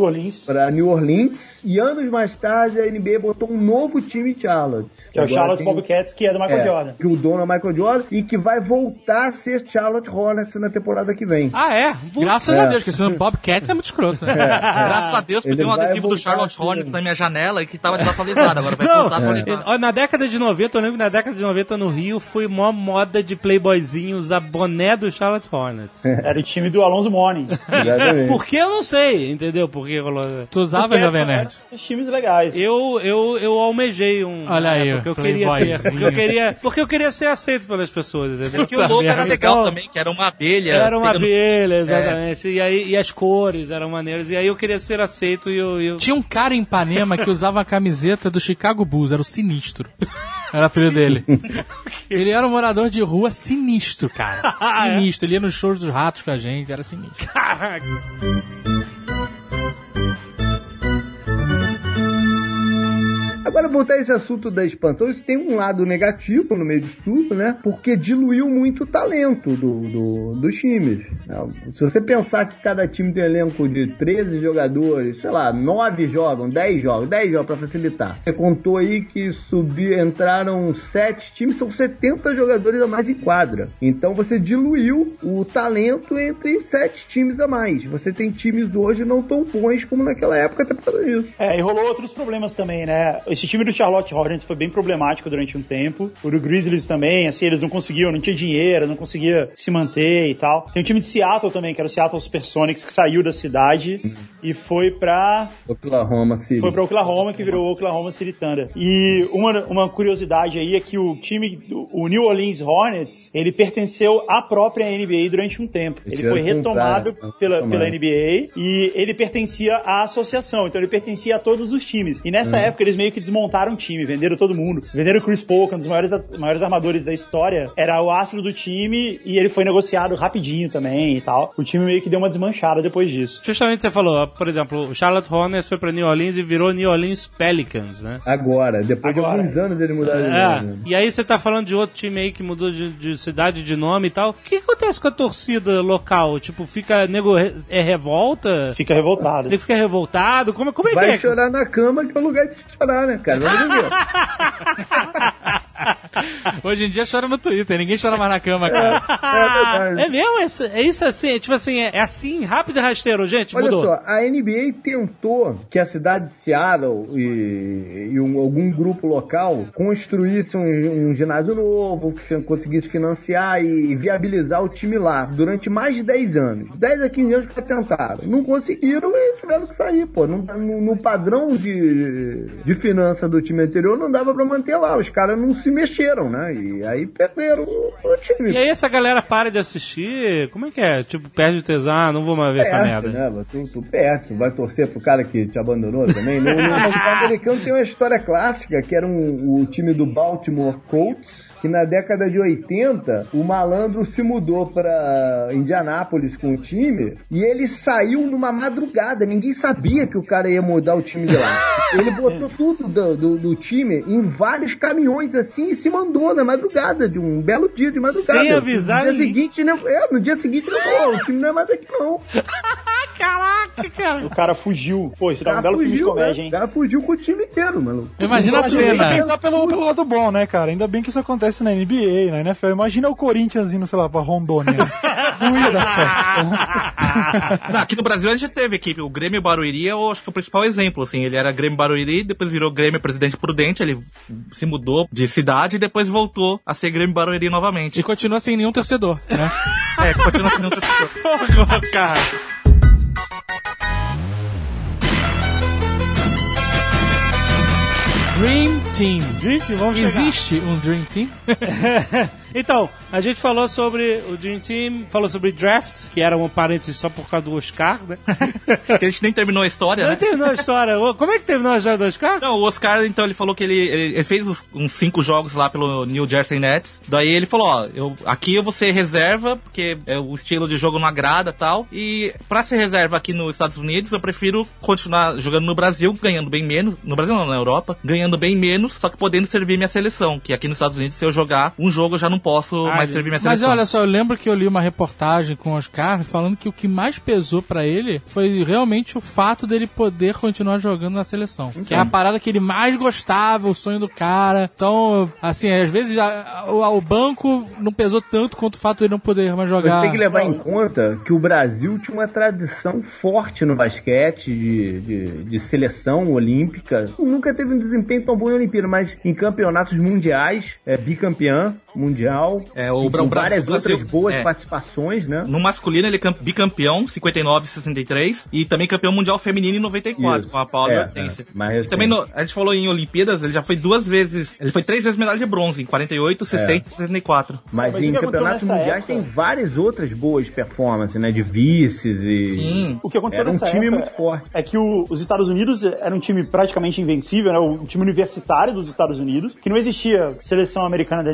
C: New Orleans. E anos mais tarde, a NBA botou um novo time em Charlotte.
D: Que é o Charlotte Bobcats, que é do Michael Jordan.
C: Que o dono é o Michael Jordan e que vai voltar a ser Charlotte Hornets na temporada que vem.
F: Graças a Deus, porque senão o Bobcats é muito escroto, né?
E: Graças a Deus, porque tem um adesivo do Charlotte Hornets na minha janela e que tava desatualizado, agora vai voltar atualizado.
B: Na década de 90, eu lembro que na década de 90 no Rio foi mó moda de playboyzinho usar boné do Charlotte Hornets.
D: Era o time do Alonso Mourning.
B: Por que eu não sei, entendeu? Por que rolou.
F: Tu usava, Jovem Nerd?
D: Os times legais.
B: Eu almejei um.
F: Olha aí,
B: porque eu queria ter. Porque eu queria ser aceito pelas pessoas, entendeu?
E: Porque o logo era legal também, que era uma abelha.
B: Era uma abelha, exatamente. E as cores eram maneiras. E aí eu queria ser aceito e eu...
F: Tinha um cara em Ipanema que usava a camiseta do Chicago Bulls, era o Sinistro. Era o apelido dele. Ele era um morador de rua sinistro, cara. Sinistro. Ele ia nos shows dos ratos com a gente, era sinistro. Caraca.
C: Agora, voltar a esse assunto da expansão, isso tem um lado negativo no meio disso tudo, né? Porque diluiu muito o talento dos times. Se você pensar que cada time tem um elenco de 13 jogadores, sei lá, 9 jogam, 10 jogam pra facilitar. Você contou aí que entraram 7 times, são 70 jogadores a mais em quadra. Então você diluiu o talento entre 7 times a mais. Você tem times hoje não tão bons como naquela época, até por causa disso.
D: E rolou outros problemas também, né? Esse time do Charlotte Hornets foi bem problemático durante um tempo. O do Grizzlies também, assim, eles não conseguiam, não tinha dinheiro, não conseguia se manter e tal. Tem o time de Seattle também, que era o Seattle Supersonics, que saiu da cidade e foi pra
C: Oklahoma City.
D: Foi pra Oklahoma, que virou Oklahoma City Thunder. E uma curiosidade aí é que o time, o New Orleans Hornets, ele pertenceu à própria NBA durante um tempo. Ele foi retomado pela NBA e ele pertencia à associação, então ele pertencia a todos os times. E nessa época eles meio que desmontaram o time, venderam todo mundo. Venderam o Chris Paul, que é um dos maiores armadores da história, era o astro do time e ele foi negociado rapidinho também e tal. O time meio que deu uma desmanchada depois disso.
B: Justamente você falou, por exemplo, o Charlotte Hornets foi pra New Orleans e virou New Orleans Pelicans, né?
C: Depois de alguns anos ele mudou de nome.
B: E aí você tá falando de outro time aí que mudou de cidade, de nome e tal. O que acontece com a torcida local? Tipo, fica, nego, revolta?
D: Fica revoltado.
B: Ele fica revoltado? Como é que é?
C: Vai chorar na cama, que é o lugar de chorar, né, cara? Vamos ver.
F: Hoje em dia chora no Twitter, ninguém chora mais na cama, cara.
B: É mesmo? É isso assim? Tipo assim, é assim, rápido e rasteiro, gente?
C: Olha
B: mudou.
C: Só, a NBA tentou que a cidade de Seattle e algum grupo local construísse um ginásio novo, que conseguisse financiar e viabilizar o time lá durante mais de 10 anos. 10 a 15 anos que tentaram. Não conseguiram e tiveram que sair, pô. No padrão de finança do time anterior não dava pra manter lá. Os caras não se mexeram, né? E aí perderam o time.
B: E aí essa galera para de assistir? Como é que é? Tipo, perde o tesão, não vou mais ver essa merda.
C: Né? Tu perde, tu vai torcer pro cara que te abandonou também. No americano tem uma história clássica, que era o time do Baltimore Colts, que na década de 80, o malandro se mudou pra Indianápolis com o time e ele saiu numa madrugada. Ninguém sabia que o cara ia mudar o time de lá. Ele botou tudo do time em vários caminhões assim e se mandou na madrugada, de um belo dia de madrugada.
B: Sem avisar
C: no dia seguinte, no dia seguinte, não, o time não é mais aqui, não.
B: Caraca, cara.
D: O cara fugiu. Pô, isso dá um belo filme de comédia, hein?
C: O cara fugiu com o time inteiro, mano.
F: Imagina a cena.
H: Tem que pensar pelo lado bom, né, cara? Ainda bem que isso acontece na NBA, na NFL. Imagina o Corinthians indo, sei lá, pra Rondônia. Não ia dar certo.
E: Não, aqui no Brasil a gente teve equipe. O Grêmio Barueri é acho que o principal exemplo, assim. Ele era Grêmio Barueri, depois virou Grêmio Presidente Prudente, ele se mudou de cidade e depois voltou a ser Grêmio Barueri novamente.
F: E continua sem nenhum torcedor, né?
E: Continua sem nenhum torcedor.
F: Cara. Dream Team.
B: Dream Team, vamos
F: Existe um Dream Team?
B: Então, a gente falou sobre o Dream Team, falou sobre Draft, que era um parênteses só por causa do Oscar, né?
E: Que a gente nem terminou a história, né?
B: Não terminou a história. Como é que terminou a história do Oscar?
E: Não, o Oscar, então, ele falou que ele fez uns 5 jogos lá pelo New Jersey Nets. Daí ele falou, aqui eu vou ser reserva, porque o estilo de jogo não agrada e tal. E pra ser reserva aqui nos Estados Unidos, eu prefiro continuar jogando no Brasil, ganhando bem menos. No Brasil não, na Europa. Ganhando bem menos, só que podendo servir minha seleção. Que aqui nos Estados Unidos, se eu jogar um jogo, eu já não posso mais servir minha seleção.
F: Mas olha só, eu lembro que eu li uma reportagem com o Oscar falando que o que mais pesou pra ele foi realmente o fato dele poder continuar jogando na seleção. Então. Que é a parada que ele mais gostava, o sonho do cara. Então, assim, às vezes o banco não pesou tanto quanto o fato de ele não poder mais jogar.
C: Você tem que levar em conta que o Brasil tinha uma tradição forte no basquete, de seleção olímpica. Nunca teve um desempenho tão bom na Olimpíada, mas em campeonatos mundiais, bicampeão mundial,
E: com
C: várias outras boas participações, né?
E: No masculino ele é bicampeão, 59 e 63, e também campeão mundial feminino em 94, isso, com a Paula Hortência.
C: E
E: também, a gente falou em Olimpíadas, ele já foi 2 vezes, ele foi 3 vezes medalha de bronze, em 48, 60 e 64.
C: Mas em campeonatos mundiais tem várias outras boas performances, né? De vices e...
D: Sim. O que aconteceu
C: nessa época muito forte.
D: É que os Estados Unidos era um time praticamente invencível, né? O time universitário dos Estados Unidos, que não existia seleção americana da NBA,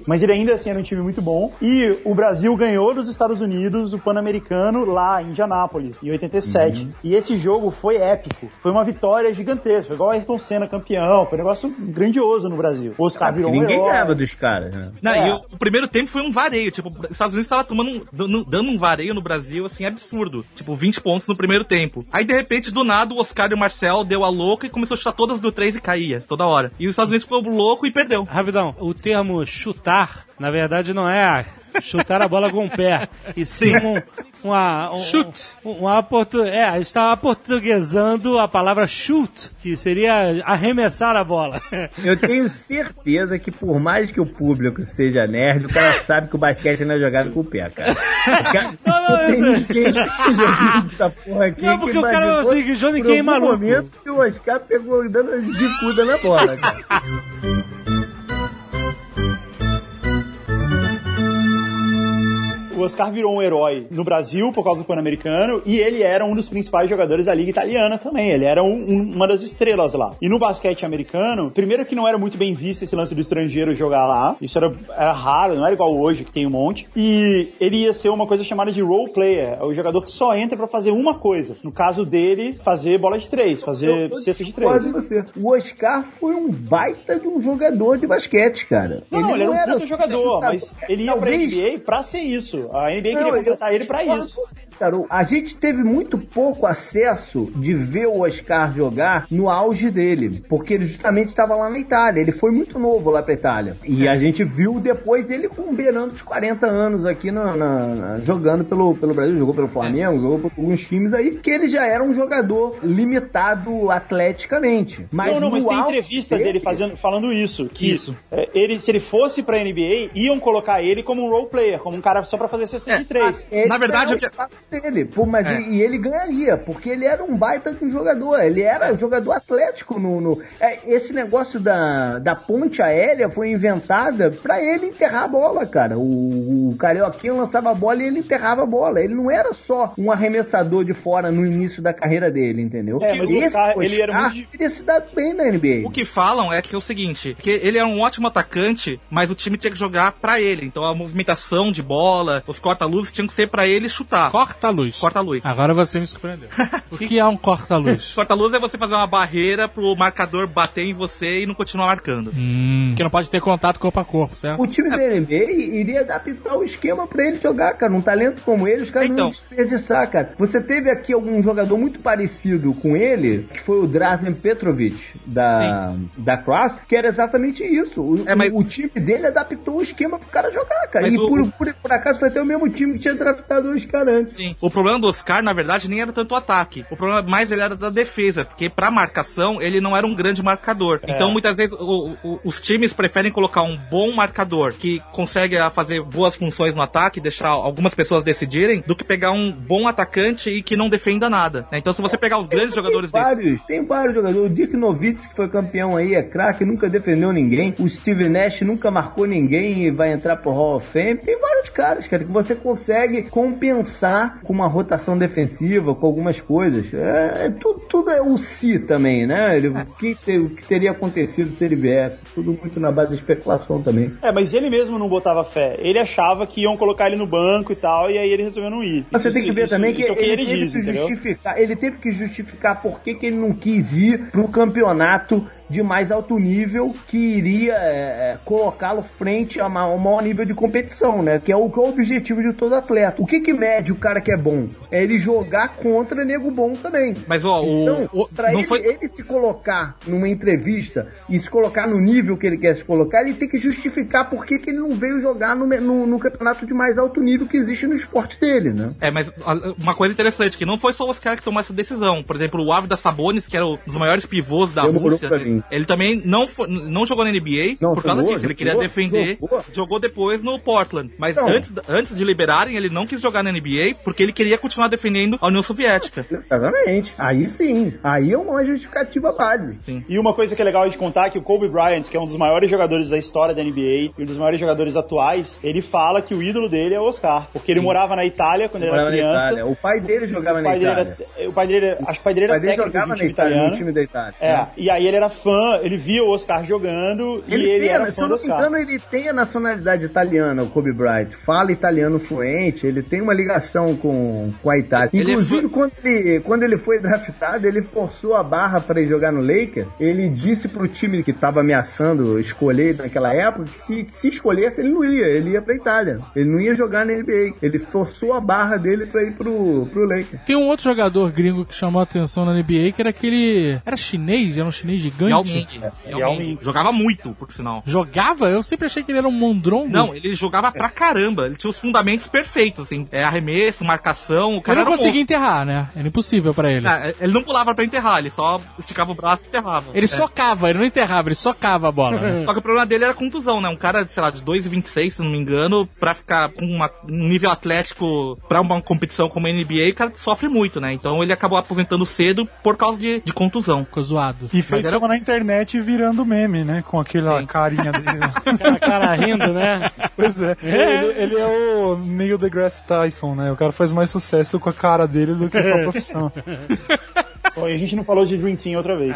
D: mas ele ainda assim era um time muito bom. E o Brasil ganhou dos Estados Unidos o Pan-Americano lá em Indianápolis, em 87. E esse jogo foi épico. Foi uma vitória gigantesca. Foi igual a Ayrton Senna campeão. Foi um negócio grandioso no Brasil. O Oscar virou um herói.
C: Ninguém ganhava dos caras, né?
E: Não, e o primeiro tempo foi um vareio. Tipo, os Estados Unidos estavam dando um vareio no Brasil, assim, absurdo. Tipo, 20 pontos no primeiro tempo. Aí, de repente, do nada, o Oscar e o Marcel deu a louca e começou a chutar todas do 3 e caía, toda hora. E os Estados Unidos ficou louco e perdeu.
B: Rapidão, o termo chutar, na verdade, não é chutar a bola com o pé. E sim
F: chute.
B: Está aportuguesando a palavra shoot, que seria arremessar a bola.
C: Eu tenho certeza que por mais que o público seja nerd, o cara sabe que o basquete não é jogado com o pé, cara. Não tem ninguém que esteja essa porra aqui.
B: Não, porque o cara é assim, que Johnny Kane maluco.
C: No momento que o Oscar pegou dando bicuda na bola, cara.
D: O Oscar virou um herói no Brasil por causa do Pan-Americano e ele era um dos principais jogadores da Liga Italiana também. Ele era uma das estrelas lá. E no basquete americano, primeiro que não era muito bem visto esse lance do estrangeiro jogar lá. Isso era raro, não era igual hoje, que tem um monte. E ele ia ser uma coisa chamada de role player. É o jogador que só entra pra fazer uma coisa. No caso dele, fazer bola de 3, fazer cesta de 3.
C: O Oscar foi um baita de um jogador de basquete, cara.
D: Não, ele era um puta jogador, mas ele ia pra NBA pra ser isso. A NBA queria contratar ele pra isso.
C: Cara, a gente teve muito pouco acesso de ver o Oscar jogar no auge dele, porque ele justamente estava lá na Itália. Ele foi muito novo lá pra Itália. E a gente viu depois ele beirando os 40 anos aqui jogando pelo Brasil, jogou pelo Flamengo, jogou por alguns times aí, porque ele já era um jogador limitado atleticamente. Mas
D: tem entrevista dele falando isso. Se ele fosse pra NBA, iam colocar ele como um role player, como um cara só pra fazer cesta de 3.
E: Na verdade,
C: dele. Pô, mas e ele ganharia, porque ele era um baita de um jogador. Ele era um jogador atlético esse negócio da ponte aérea foi inventada pra ele enterrar a bola, cara. O Carioquinha lançava a bola e ele enterrava a bola. Ele não era só um arremessador de fora no início da carreira dele, entendeu?
D: Mas ele era muito...
C: teria se dado bem na NBA.
E: O que falam é que é o seguinte, que ele é um ótimo atacante, mas o time tinha que jogar pra ele. Então a movimentação de bola, os corta-luzes tinham que ser pra ele chutar.
F: Corta-luz. Agora você me surpreendeu. O que é um corta-luz?
E: Corta-luz é você fazer uma barreira pro marcador bater em você e não continuar marcando.
F: Que não pode ter contato corpo a corpo, certo?
C: O time da NBA iria adaptar o esquema pra ele jogar, cara. Um talento como ele, os caras não iam desperdiçar, cara. Você teve aqui algum jogador muito parecido com ele, que foi o Drazen Petrovic da Cross, que era exatamente isso. O time dele adaptou o esquema pro cara jogar, cara. Mas por acaso foi até o mesmo time que tinha draftado o Oscar antes.
E: Sim. O problema do Oscar, na verdade, nem era tanto o ataque. O problema mais ele era da defesa, porque pra marcação, ele não era um grande marcador. Então, muitas vezes, os times preferem colocar um bom marcador que consegue fazer boas funções no ataque, deixar algumas pessoas decidirem, do que pegar um bom atacante e que não defenda nada. Né? Então, se você pegar os grandes jogadores
C: Tem vários jogadores. O Dirk Nowitzki, que foi campeão aí, é craque, nunca defendeu ninguém. O Steve Nash nunca marcou ninguém e vai entrar pro Hall of Fame. Tem vários caras, cara, que você consegue compensar com uma rotação defensiva, com algumas coisas. Tudo é o si também, né? O que teria acontecido se ele viesse? Tudo muito na base da especulação também.
D: Mas ele mesmo não botava fé. Ele achava que iam colocar ele no banco e tal, e aí ele resolveu não ir.
C: Você tem que ver também que ele teve que justificar por que ele não quis ir pro campeonato de mais alto nível que iria colocá-lo frente ao maior nível de competição, né? Que é o objetivo de todo atleta. O que mede o cara que é bom? É ele jogar contra nego bom também.
E: Mas,
C: pra ele se colocar numa entrevista e se colocar no nível que ele quer se colocar, ele tem que justificar por que ele não veio jogar no campeonato de mais alto nível que existe no esporte dele, né?
E: Mas uma coisa interessante, que não foi só o Oscar que tomou essa decisão. Por exemplo, o Arvydas Sabonis, que era um dos maiores pivôs da Rússia, ele também não jogou na NBA por causa disso. Ele queria defender, jogou depois no Portland. Mas antes de liberarem, ele não quis jogar na NBA porque ele queria continuar defendendo a União Soviética.
C: Exatamente. Aí sim. Aí é uma justificativa válida.
D: E uma coisa que é legal de contar é que o Kobe Bryant, que é um dos maiores jogadores da história da NBA e um dos maiores jogadores atuais, ele fala que o ídolo dele é o Oscar. Porque ele morava na Itália quando ele era criança.
C: O pai dele jogava na Itália.
D: Acho que o pai dele era técnico do time italiano.
C: No time da Itália.
D: E aí ele era fã fã, ele via o Oscar jogando e ele era fã do Oscar.
C: Se eu não me engano, ele tem a nacionalidade italiana, o Kobe Bryant. Fala italiano fluente, ele tem uma ligação com a Itália. Inclusive, quando ele foi draftado, ele forçou a barra para ele jogar no Lakers. Ele disse pro time que tava ameaçando escolher naquela época que se escolhesse, ele ia pra Itália. Ele não ia jogar na NBA. Ele forçou a barra dele pra ir pro Lakers.
F: Tem um outro jogador gringo que chamou a atenção na NBA, que era aquele... Era chinês? Era um chinês gigante?
E: Yao Ming. Jogava muito, por sinal.
F: Jogava? Eu sempre achei que ele era um mondrongo.
E: Não, ele jogava pra caramba. Ele tinha os fundamentos perfeitos, assim. Arremesso, marcação, o cara
F: ele não conseguia enterrar, né? Era impossível pra ele.
E: Ele não pulava pra enterrar, ele só esticava o braço e enterrava.
F: Ele socava, ele não enterrava, ele socava a bola. Né?
E: Só que o problema dele era a contusão, né? Um cara, sei lá, de 2,26, se não me engano, pra ficar com um nível atlético pra uma competição como a NBA, o cara sofre muito, né? Então ele acabou aposentando cedo por causa de contusão.
F: Ficou zoado.
H: E fez na internet virando meme, né? Com aquela carinha dele.
B: Aquela cara rindo, né?
H: Pois é. Ele é o Neil deGrasse Tyson, né? O cara faz mais sucesso com a cara dele do que com a profissão.
D: Bom, e a gente não falou de Dream Team outra vez.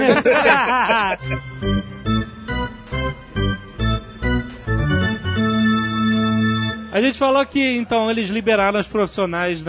B: A gente falou que, então, eles liberaram os profissionais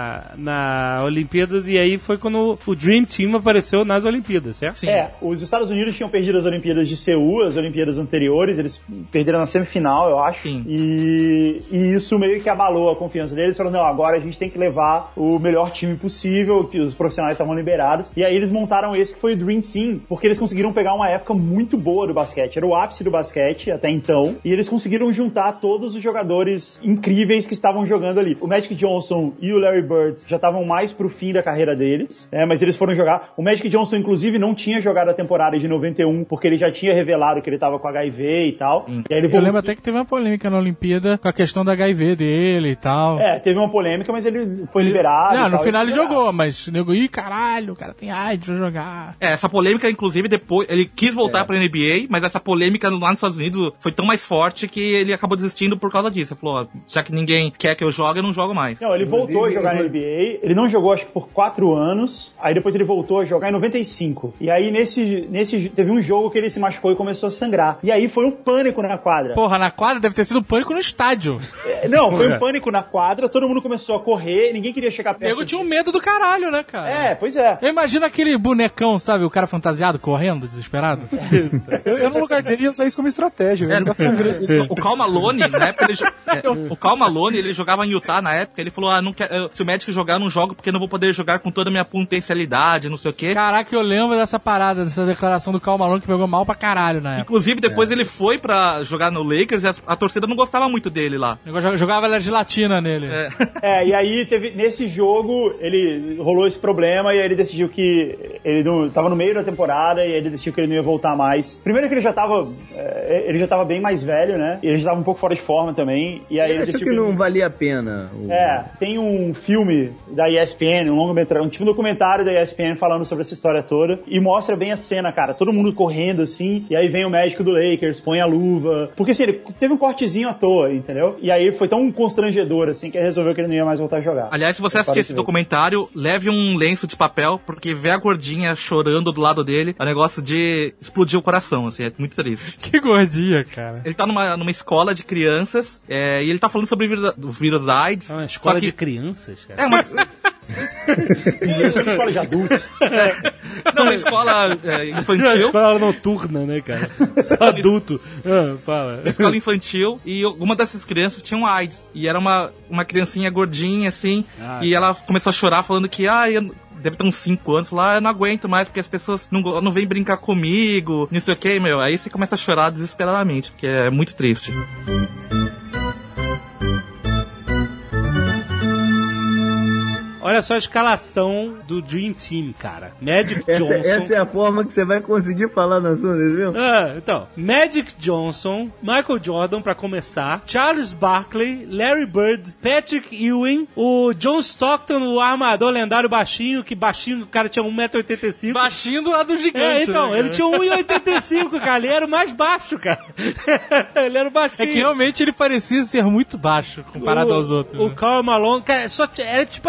B: na Olimpíadas e aí foi quando o Dream Team apareceu nas Olimpíadas, certo?
D: Sim. Os Estados Unidos tinham perdido as Olimpíadas de Seul, as Olimpíadas anteriores, eles perderam na semifinal, eu acho.
E: Sim.
D: E isso meio que abalou a confiança deles, falaram, não, agora a gente tem que levar o melhor time possível, que os profissionais estavam liberados. E aí eles montaram esse que foi o Dream Team, porque eles conseguiram pegar uma época muito boa do basquete, era o ápice do basquete até então, e eles conseguiram juntar todos os jogadores incríveis que estavam jogando ali. O Magic Johnson e o Larry Bird já estavam mais pro fim da carreira deles, mas eles foram jogar. O Magic Johnson, inclusive, não tinha jogado a temporada de 91, porque ele já tinha revelado que ele tava com HIV e tal. E aí ele
F: Eu lembro até que teve uma polêmica na Olimpíada com a questão da HIV dele e tal.
D: Teve uma polêmica, mas ele foi liberado.
F: Não, no final ele jogou, mas nego, caralho, o cara tem AIDS, vai jogar.
E: Essa polêmica, inclusive, depois, ele quis voltar pra NBA, mas essa polêmica lá nos Estados Unidos foi tão mais forte que ele acabou desistindo por causa disso. Ele falou, já que ninguém quer que eu jogue, eu não jogo mais.
D: Não, ele voltou a jogar na NBA, ele não jogou acho que por 4 anos, aí depois ele voltou a jogar em 95. E aí nesse teve um jogo que ele se machucou e começou a sangrar. E aí foi um pânico na quadra.
F: Porra, na quadra deve ter sido um pânico no estádio.
D: Não, foi um pânico na quadra, todo mundo começou a correr, ninguém queria chegar perto.
F: Eu tinha um medo do caralho, né, cara?
D: Pois é.
F: Eu imagino aquele bonecão, sabe, o cara fantasiado correndo, desesperado.
H: Eu no lugar dele ia usar isso como estratégia, eu ia jogar sangrando.
E: O Karl Malone, na época, o Karl Malone, ele jogava em Utah na época, ele falou, não quer, se o Magic jogar, eu não jogo porque eu não vou poder jogar com toda a minha potencialidade, não sei o quê.
F: Caraca, eu lembro dessa parada, dessa declaração do Karl Malone que pegou mal pra caralho na época.
E: Inclusive, depois ele foi pra jogar no Lakers e a torcida não gostava muito dele lá.
F: Eu jogava gelatina nele.
D: E aí nesse jogo, ele rolou esse problema e aí ele decidiu que ele tava no meio da temporada e ele decidiu que ele não ia voltar mais. Primeiro que ele já tava bem mais velho, né? E ele já tava um pouco fora de forma também. E aí ele decidiu
C: que não valia a pena.
D: Tem um filme da ESPN, um tipo documentário da ESPN falando sobre essa história toda e mostra bem a cena, cara. Todo mundo correndo assim, e aí vem o médico do Lakers, põe a luva. Porque assim, ele teve um cortezinho à toa, entendeu? E aí foi tão constrangedor assim que ele resolveu que ele não ia mais voltar a jogar.
E: Aliás, se você assistir esse documentário, leve um lenço de papel, porque ver a gordinha chorando do lado dele é um negócio de explodir o coração, assim, é muito triste.
F: Que gordinha, cara.
E: Ele tá numa escola de crianças, e ele tá falando sobre o vírus da AIDS.
B: É uma escola de crianças, cara.
E: É uma...
D: escola de adultos.
E: Não, uma escola infantil.
B: É uma escola noturna, né, cara? Só adulto. Fala.
E: Escola infantil, e uma dessas crianças tinha um AIDS. E era uma criancinha gordinha, assim, e ela começou a chorar falando que, deve ter uns 5 anos, eu não aguento mais, porque as pessoas não vêm brincar comigo, não sei o que, aí você começa a chorar desesperadamente, porque é muito triste.
B: Olha só a escalação do Dream Team, cara. Magic Johnson.
C: Essa é a forma que você vai conseguir falar nas urnas, viu?
B: Então, Magic Johnson, Michael Jordan pra começar, Charles Barkley, Larry Bird, Patrick Ewing, o John Stockton, o armador lendário baixinho, o cara tinha 1,85 m.
F: Baixinho do lado do gigante.
B: Então, né, ele tinha 1,85 m, cara. Ele era o mais baixo, cara. Ele era o baixinho.
F: É que realmente ele parecia ser muito baixo comparado aos outros.
B: O Karl Malone, cara, era tipo a liga da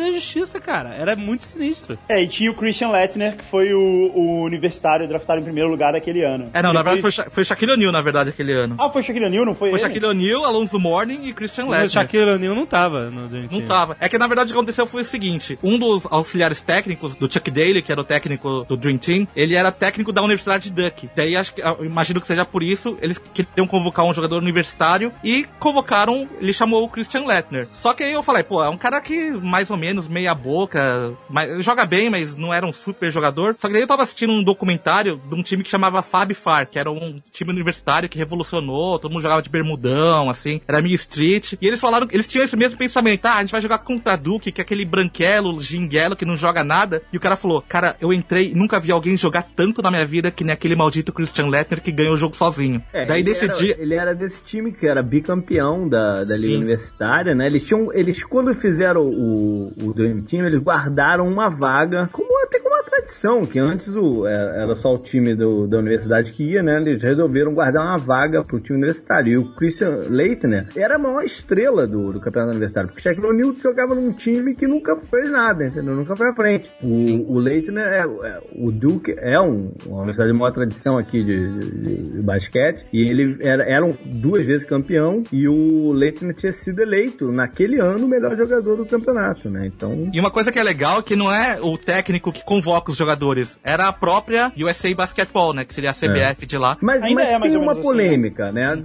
B: da Justiça, cara. Era muito sinistro.
D: E tinha o Christian Laettner, que foi o universitário draftado em primeiro lugar daquele ano.
E: Não, na verdade foi Shaquille O'Neal, na verdade, aquele ano.
D: Foi Shaquille O'Neal, não foi ele?
E: Foi Shaquille O'Neal, Alonzo Mourning e Christian Laettner.
B: Mas o Shaquille O'Neal não tava no Dream Team.
E: Não tava. É que, na verdade, o que aconteceu foi o seguinte. Um dos auxiliares técnicos do Chuck Daly, que era o técnico do Dream Team, ele era técnico da Universidade de Duke. Daí, eu imagino que seja por isso, eles queriam convocar um jogador universitário e convocaram, ele chamou o Christian Laettner. Só que aí eu falei, é um cara que mais ou menos meia boca, joga bem, mas não era um super jogador. Só que daí eu tava assistindo um documentário de um time que chamava Fab Far, que era um time universitário que revolucionou, todo mundo jogava de bermudão, assim, era meio street. E eles falaram, eles tinham esse mesmo pensamento, a gente vai jogar contra Duke, que é aquele branquelo, ginguelo, que não joga nada. E o cara falou, cara, eu entrei, nunca vi alguém jogar tanto na minha vida que nem aquele maldito Christian Laettner que ganhou o jogo sozinho. Daí
C: ele era desse time que era bicampeão da Liga Universitária, né? Eles quando fizeram o Dream Team, eles guardaram uma vaga, até como uma tradição, que antes era só o time da universidade que ia, né? Eles resolveram guardar uma vaga pro time universitário. E o Christian Laettner era a maior estrela do campeonato universitário, porque o Shaquille O'Neal jogava num time que nunca fez nada, entendeu? Nunca foi à frente. O Laettner o Duke é uma universidade de maior tradição aqui de basquete, e ele era 2 vezes campeão, e o Laettner tinha sido eleito naquele ano o melhor jogador do campeonato, né? Então...
E: E uma coisa que é legal é que não é o técnico que convoca os jogadores, era a própria USA Basketball, né? Que seria a CBF de lá.
C: Mas tem uma polêmica, assim, né?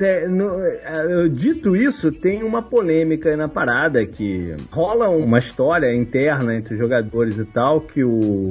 C: Dito isso, tem uma polêmica aí na parada, que rola uma história interna entre os jogadores e tal, que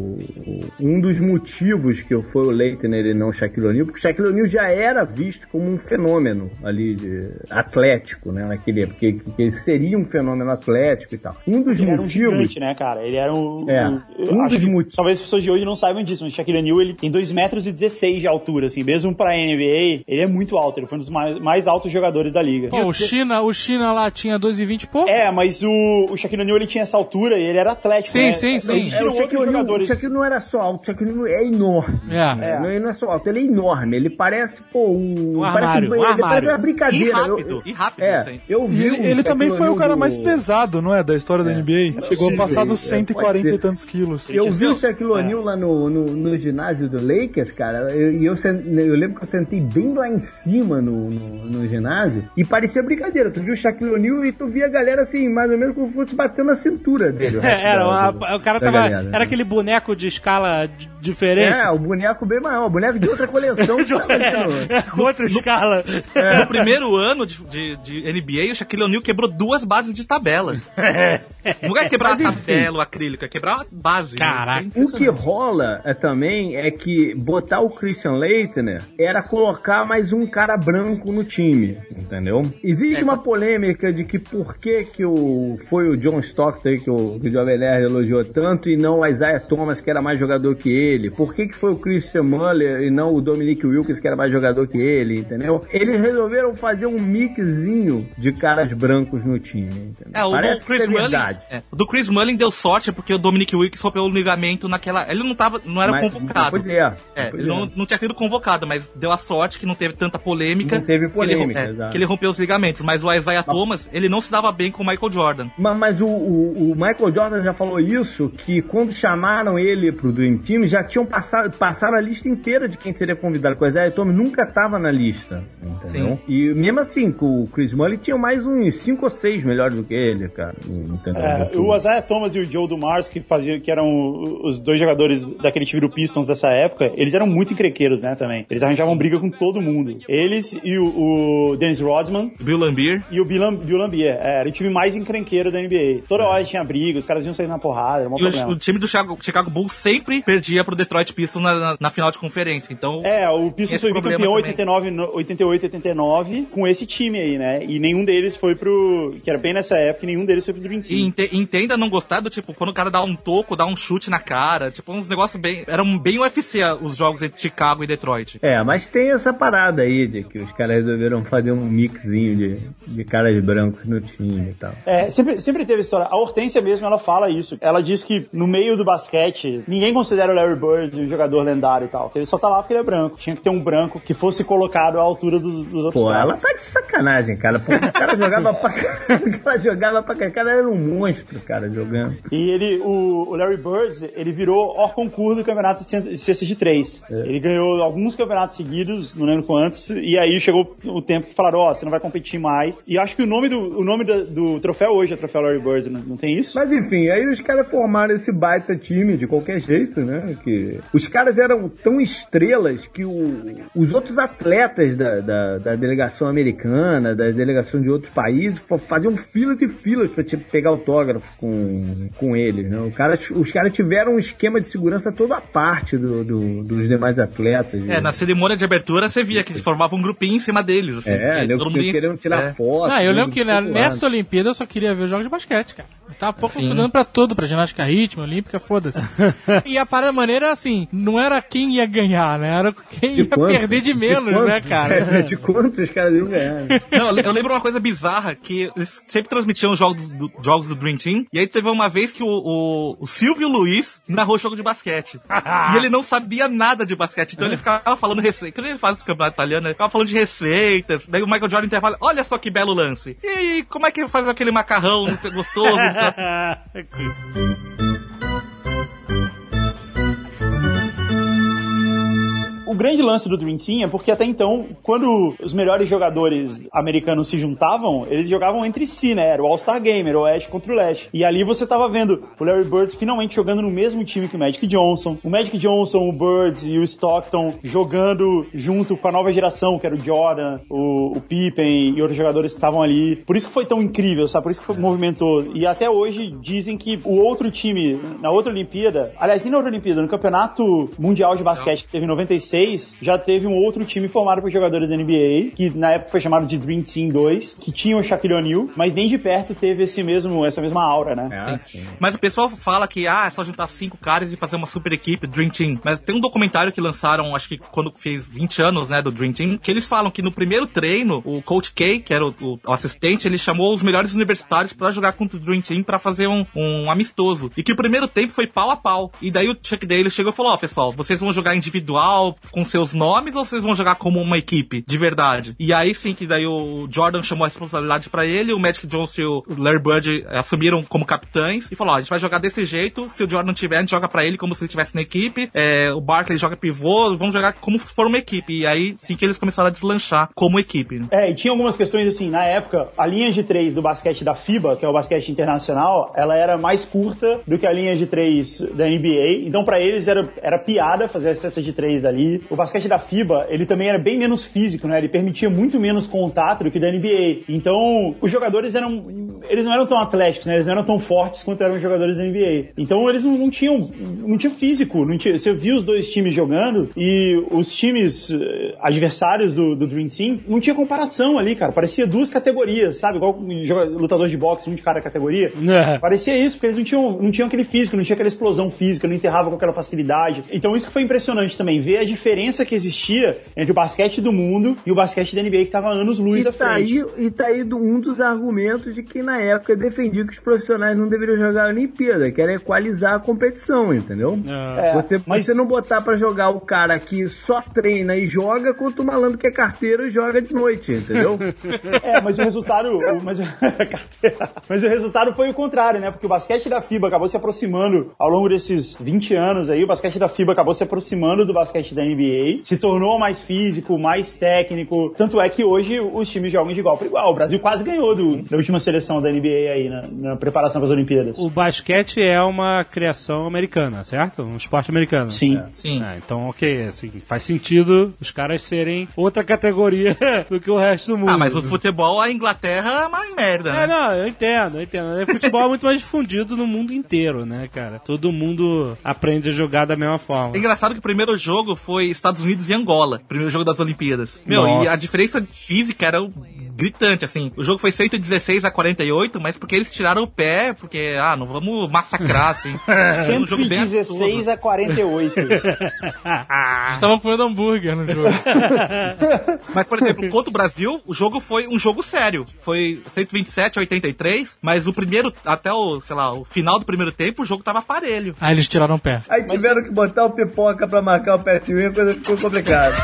C: um dos motivos que foi o Laettner e não o Shaquille O'Neal, porque o Shaquille O'Neal já era visto como um fenômeno ali atlético, né? Naquele, porque ele seria um fenômeno atlético e tal. Um dos
D: ele
C: motivos...
D: Era um gigante, né, cara? Ele era
C: um dos motivos...
D: Talvez as pessoas de hoje não saibam disso, mas o Shaquille O'Neal, ele tem 2,16 metros de altura, assim, mesmo pra NBA, ele é muito alto, ele foi um dos mais altos jogadores da liga.
F: Pô, o China lá tinha 2,20 e pouco?
D: Mas o Shaquille O'Neal, ele tinha essa altura e ele era atlético,
F: sim,
D: né?
F: Sim.
C: O Shaquille não era só alto, o Shaquille O'Neal é enorme. Ele não é só alto, ele é enorme, ele parece,
B: um armário.
C: Ele parece uma brincadeira.
E: E rápido.
C: Eu vi
H: ele também foi o cara mais pesado, não é? Da história da NBA. Chegou a passar dos 140 e tantos quilos.
C: Eu vi o Shaquille O'Neal lá no ginásio do Lakers, cara, e eu lembro que eu sentei bem lá em cima no ginásio, e parecia brincadeira. Tu viu o Shaquille O'Neal e tu via a galera assim, mais ou menos como se fosse batendo na cintura dele.
B: O cara tava... Era aquele boneco de escala diferente.
C: O boneco bem maior, o boneco de outra coleção.
B: Com outra escala.
E: No primeiro ano de NBA, o Shaquille O'Neal quebrou 2 bases de tabela. Não é quebrar a tabela, o acrílico, é quebrar a base.
B: Caraca.
C: O que rola também é que botar o Christian Laettner era colocar mais um cara branco no time, entendeu? Existe uma polêmica de que por que foi o John Stockton que o Jovem Nerd elogiou tanto e não o Isaiah Thomas, que era mais jogador que ele? Por que foi o Christian Muller e não o Dominique Wilkins, que era mais jogador que ele, entendeu? Eles resolveram fazer um mixinho de caras brancos no time, entendeu?
E: Parece que é verdade. O do Chris Mullin deu sorte porque o Dominic Wilkins rompeu o ligamento naquela... Ele não era convocado.
C: Pois
E: ele não tinha sido convocado, mas deu a sorte que não teve tanta polêmica.
C: Não teve polêmica,
E: que ele rompeu os ligamentos. Mas o Isaiah Thomas, ele não se dava bem com o Michael Jordan.
C: Mas o Michael Jordan já falou isso, que quando chamaram ele pro Dream Team, já tinham passaram a lista inteira de quem seria convidado. O Isaiah Thomas nunca tava na lista, entendeu? Sim. E mesmo assim, com o Chris Mullin tinha mais uns 5 ou 6 melhores do que ele, cara. Entendeu?
D: O Isaiah Thomas e o Joe Dumars, que eram os 2 jogadores daquele time do Pistons dessa época, eles eram muito encrenqueiros, né, também. Eles arranjavam briga com todo mundo. Eles e o Dennis Rodman.
E: Bill Laimbeer.
D: E o Bill Laimbeer. Era o time mais encrenqueiro da NBA. Toda hora tinha briga, os caras iam sair na porrada, era um problema.
E: O time do Chicago Bulls sempre perdia pro Detroit Pistons na final de conferência, então...
D: o Pistons foi campeão 88, 89, com esse time aí, né? E nenhum deles foi que era bem nessa época, nenhum deles foi pro Dream Team.
E: E entenda não gostar do tipo, quando o cara dá um toco, dá um chute na cara, tipo, uns negócios bem... Eram bem UFC os jogos entre Chicago e Detroit.
C: Mas tem essa parada aí de que os caras resolveram fazer um mixinho de caras brancos no time e tal.
D: Sempre teve história. A Hortência mesmo, ela fala isso. Ela diz que no meio do basquete, ninguém considera o Larry Bird um jogador lendário e tal. Ele só tá lá porque ele é branco. Tinha que ter um branco que fosse colocado à altura dos outros caras.
C: Ela tá de sacanagem, cara. Pô, o cara jogava pra caralho. O cara era um monstro, cara, jogando.
D: E o Larry Bird, ele virou hors concurso do campeonato de cestas de 3. Ele ganhou alguns campeonatos seguidos, não lembro quantos, e aí chegou o tempo que falaram, você não vai competir mais. E acho que o nome do troféu hoje é troféu Larry Bird, não tem isso?
C: Mas enfim, aí os caras formaram esse baita time de qualquer jeito, né? Que os caras eram tão estrelas que os outros atletas da delegação americana, da delegação de outros países, faziam filas e filas pra pegar autógrafo com eles, né? Os caras tiveram um esquema de segurança toda a parte dos demais atletas.
E: Na cerimônia de abertura você via que eles formavam um grupinho em cima deles, assim.
C: Todo mundo querendo tirar foto.
F: Eu lembro que nessa Olimpíada eu só queria ver jogos de basquete, cara. Eu tava pouco estudando pra tudo, pra ginástica rítmica, olímpica, foda-se. E a parada maneira assim, não era quem ia ganhar, né? Era quem ia perder de menos, né, cara?
C: De quanto os caras iam ganhar.
E: Não, eu lembro uma coisa bizarra, que eles sempre transmitiam os jogos do Dream Team, e aí teve uma vez que o Silvio Luiz narrou jogo de basquete. E ele não sabia nada de basquete, então ele ficava falando receita. Quando ele faz o campeonato italiano, ele ficava falando de receitas. Daí o Michael Jordan intervalo, olha só que belo lance. E aí, como é que faz aquele macarrão gostoso?
D: O grande lance do Dream Team é porque até então, quando os melhores jogadores americanos se juntavam, eles jogavam entre si, né? Era o All-Star Game, era o Oeste contra o Leste. E ali você tava vendo o Larry Bird finalmente jogando no mesmo time que o Magic Johnson. O Magic Johnson, o Bird e o Stockton jogando junto com a nova geração, que era o Jordan, o Pippen e outros jogadores que estavam ali. Por isso que foi tão incrível, sabe? Por isso que movimentou. E até hoje dizem que o outro time, na outra Olimpíada, aliás, nem na outra Olimpíada, no Campeonato Mundial de Basquete que teve em 96, já teve um outro time formado por jogadores da NBA, que na época foi chamado de Dream Team 2, que tinha o Shaquille O'Neal, mas nem de perto teve essa mesma aura, né?
E: Mas o pessoal fala que é só juntar 5 caras e fazer uma super equipe, Dream Team. Mas tem um documentário que lançaram, acho que quando fez 20 anos, né, do Dream Team, que eles falam que no primeiro treino, o Coach K, que era o assistente, ele chamou os melhores universitários pra jogar contra o Dream Team pra fazer um amistoso. E que o primeiro tempo foi pau a pau. E daí o Chuck Daly chegou e falou, pessoal, vocês vão jogar individual com seus nomes ou vocês vão jogar como uma equipe de verdade? E aí sim que daí o Jordan chamou a responsabilidade pra ele, o Magic Johnson e o Larry Bird assumiram como capitães e falou, a gente vai jogar desse jeito, se o Jordan não tiver, a gente joga pra ele como se ele estivesse na equipe, o Barkley joga pivô, vamos jogar como se for uma equipe. E aí sim que eles começaram a deslanchar como equipe, né?
D: E tinha algumas questões assim, na época, a linha de 3 do basquete da FIBA, que é o basquete internacional, ela era mais curta do que a linha de 3 da NBA, então pra eles era piada fazer a cesta de 3 dali. O basquete da FIBA, ele também era bem menos físico, né? Ele permitia muito menos contato do que da NBA. Então, os jogadores eles não eram tão atléticos, né? Eles não eram tão fortes quanto eram os jogadores da NBA. Então, eles não tinham físico. Você viu os dois times jogando e os times adversários do Dream Team não tinha comparação ali, cara. Parecia duas categorias, sabe? Igual lutador de boxe, um de cada categoria. Parecia isso, porque eles não tinham aquele físico, não tinha aquela explosão física, não enterrava com aquela facilidade. Então, isso que foi impressionante também, ver a diferença que existia entre o basquete do mundo e o basquete da NBA, que estava anos-luz à frente.
C: E tá aí um dos argumentos de que na época defendia que os profissionais não deveriam jogar a Olimpíada, que era equalizar a competição, entendeu? Você não botar pra jogar o cara que só treina e joga, quanto o malandro que é carteiro e joga de noite, entendeu?
D: Mas o resultado... mas o resultado foi o contrário, né? Porque o basquete da FIBA acabou se aproximando ao longo desses 20 anos aí, o basquete da FIBA acabou se aproximando do basquete da NBA, se tornou mais físico, mais técnico, tanto é que hoje os times jogam de igual para igual. O Brasil quase ganhou da última seleção da NBA aí, na preparação para as Olimpíadas.
B: O basquete é uma criação americana, certo? Um esporte americano.
D: Sim.
B: Então, ok, assim, faz sentido os caras serem outra categoria do que o resto do mundo.
E: Mas o futebol, a Inglaterra é mais merda, né?
B: Não, eu entendo. O futebol é muito mais difundido no mundo inteiro, né, cara? Todo mundo aprende a jogar da mesma forma.
E: É engraçado que o primeiro jogo foi Estados Unidos e Angola, primeiro jogo das Olimpíadas. E a diferença física era gritante, assim. O jogo foi 116-48, mas porque eles tiraram o pé, porque, não vamos massacrar, assim.
D: 116-48.
F: Estavam comendo hambúrguer no jogo.
E: Mas, por exemplo, contra o Brasil, o jogo foi um jogo sério. Foi 127-83, mas o primeiro, até o final do primeiro tempo, o jogo tava parelho.
F: Aí eles tiraram o pé.
C: Aí tiveram que botar o Pipoca pra marcar o pé e a coisa ficou complicada.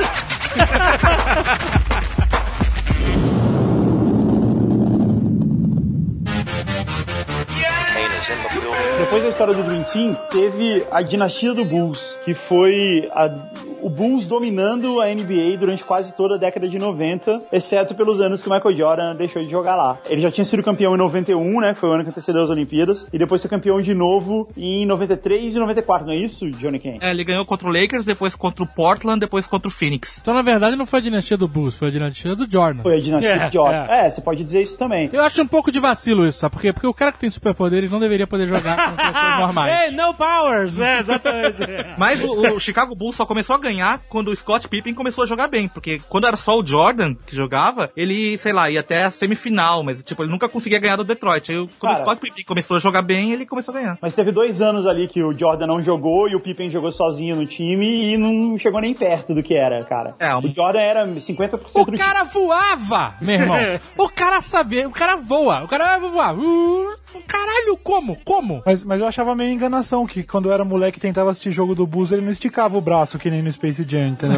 D: Depois da história do Dream Team, teve a dinastia do Bulls, que foi o Bulls dominando a NBA durante quase toda a década de 90, exceto pelos anos que o Michael Jordan deixou de jogar lá. Ele já tinha sido campeão em 91, né, que foi o ano que antecedeu as Olimpíadas, e depois foi campeão de novo em 93 e 94, não é isso, Johnny Kane?
E: Ele ganhou contra o Lakers, depois contra o Portland, depois contra o Phoenix.
F: Então, na verdade, não foi a dinastia do Bulls, foi a dinastia do Jordan.
D: Foi a dinastia do Jordan. Você pode dizer isso também.
F: Eu acho um pouco de vacilo isso, sabe por quê? Porque o cara que tem superpoderes não deveria poder jogar com pessoas normais.
B: Hey, no powers! Exatamente.
E: Mas o Chicago Bulls só começou a ganhar quando o Scott Pippen começou a jogar bem, porque quando era só o Jordan que jogava, ele, ia até a semifinal, mas, ele nunca conseguia ganhar do Detroit. Aí, quando o Scott Pippen começou a jogar bem, ele começou a ganhar.
D: Mas teve 2 anos ali que o Jordan não jogou e o Pippen jogou sozinho no time e não chegou nem perto do que era, cara. O Jordan era 50% do time.
F: O cara voava, meu irmão. O cara sabia, o cara voa. O cara vai voar. Caralho, como?
H: Mas eu achava meio enganação que quando eu era moleque e tentava assistir jogo do Bulls, ele não esticava o braço que nem no Space Jam, entendeu?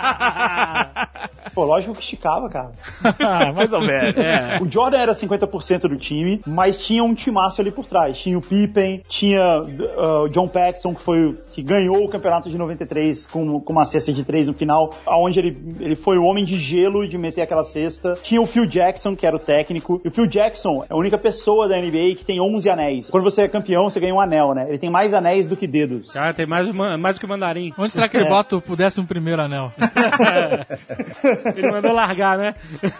D: Pô, lógico que esticava, cara.
H: Mais ou menos.
D: O Jordan era 50% do time, mas tinha um timaço ali por trás. Tinha o Pippen, tinha o John Paxson, que ganhou o campeonato de 93 com uma cesta de 3 no final, onde ele foi o homem de gelo de meter aquela cesta. Tinha o Phil Jackson, que era o técnico. E o Phil Jackson é a única pessoa da NBA que tem 11 anéis. Quando você é campeão, você ganha um anel, né? Ele tem mais anéis do que dedos.
B: Cara, tem mais do que mandarim.
F: Onde será que ele bota o 11º anel?
B: Ele mandou largar, né?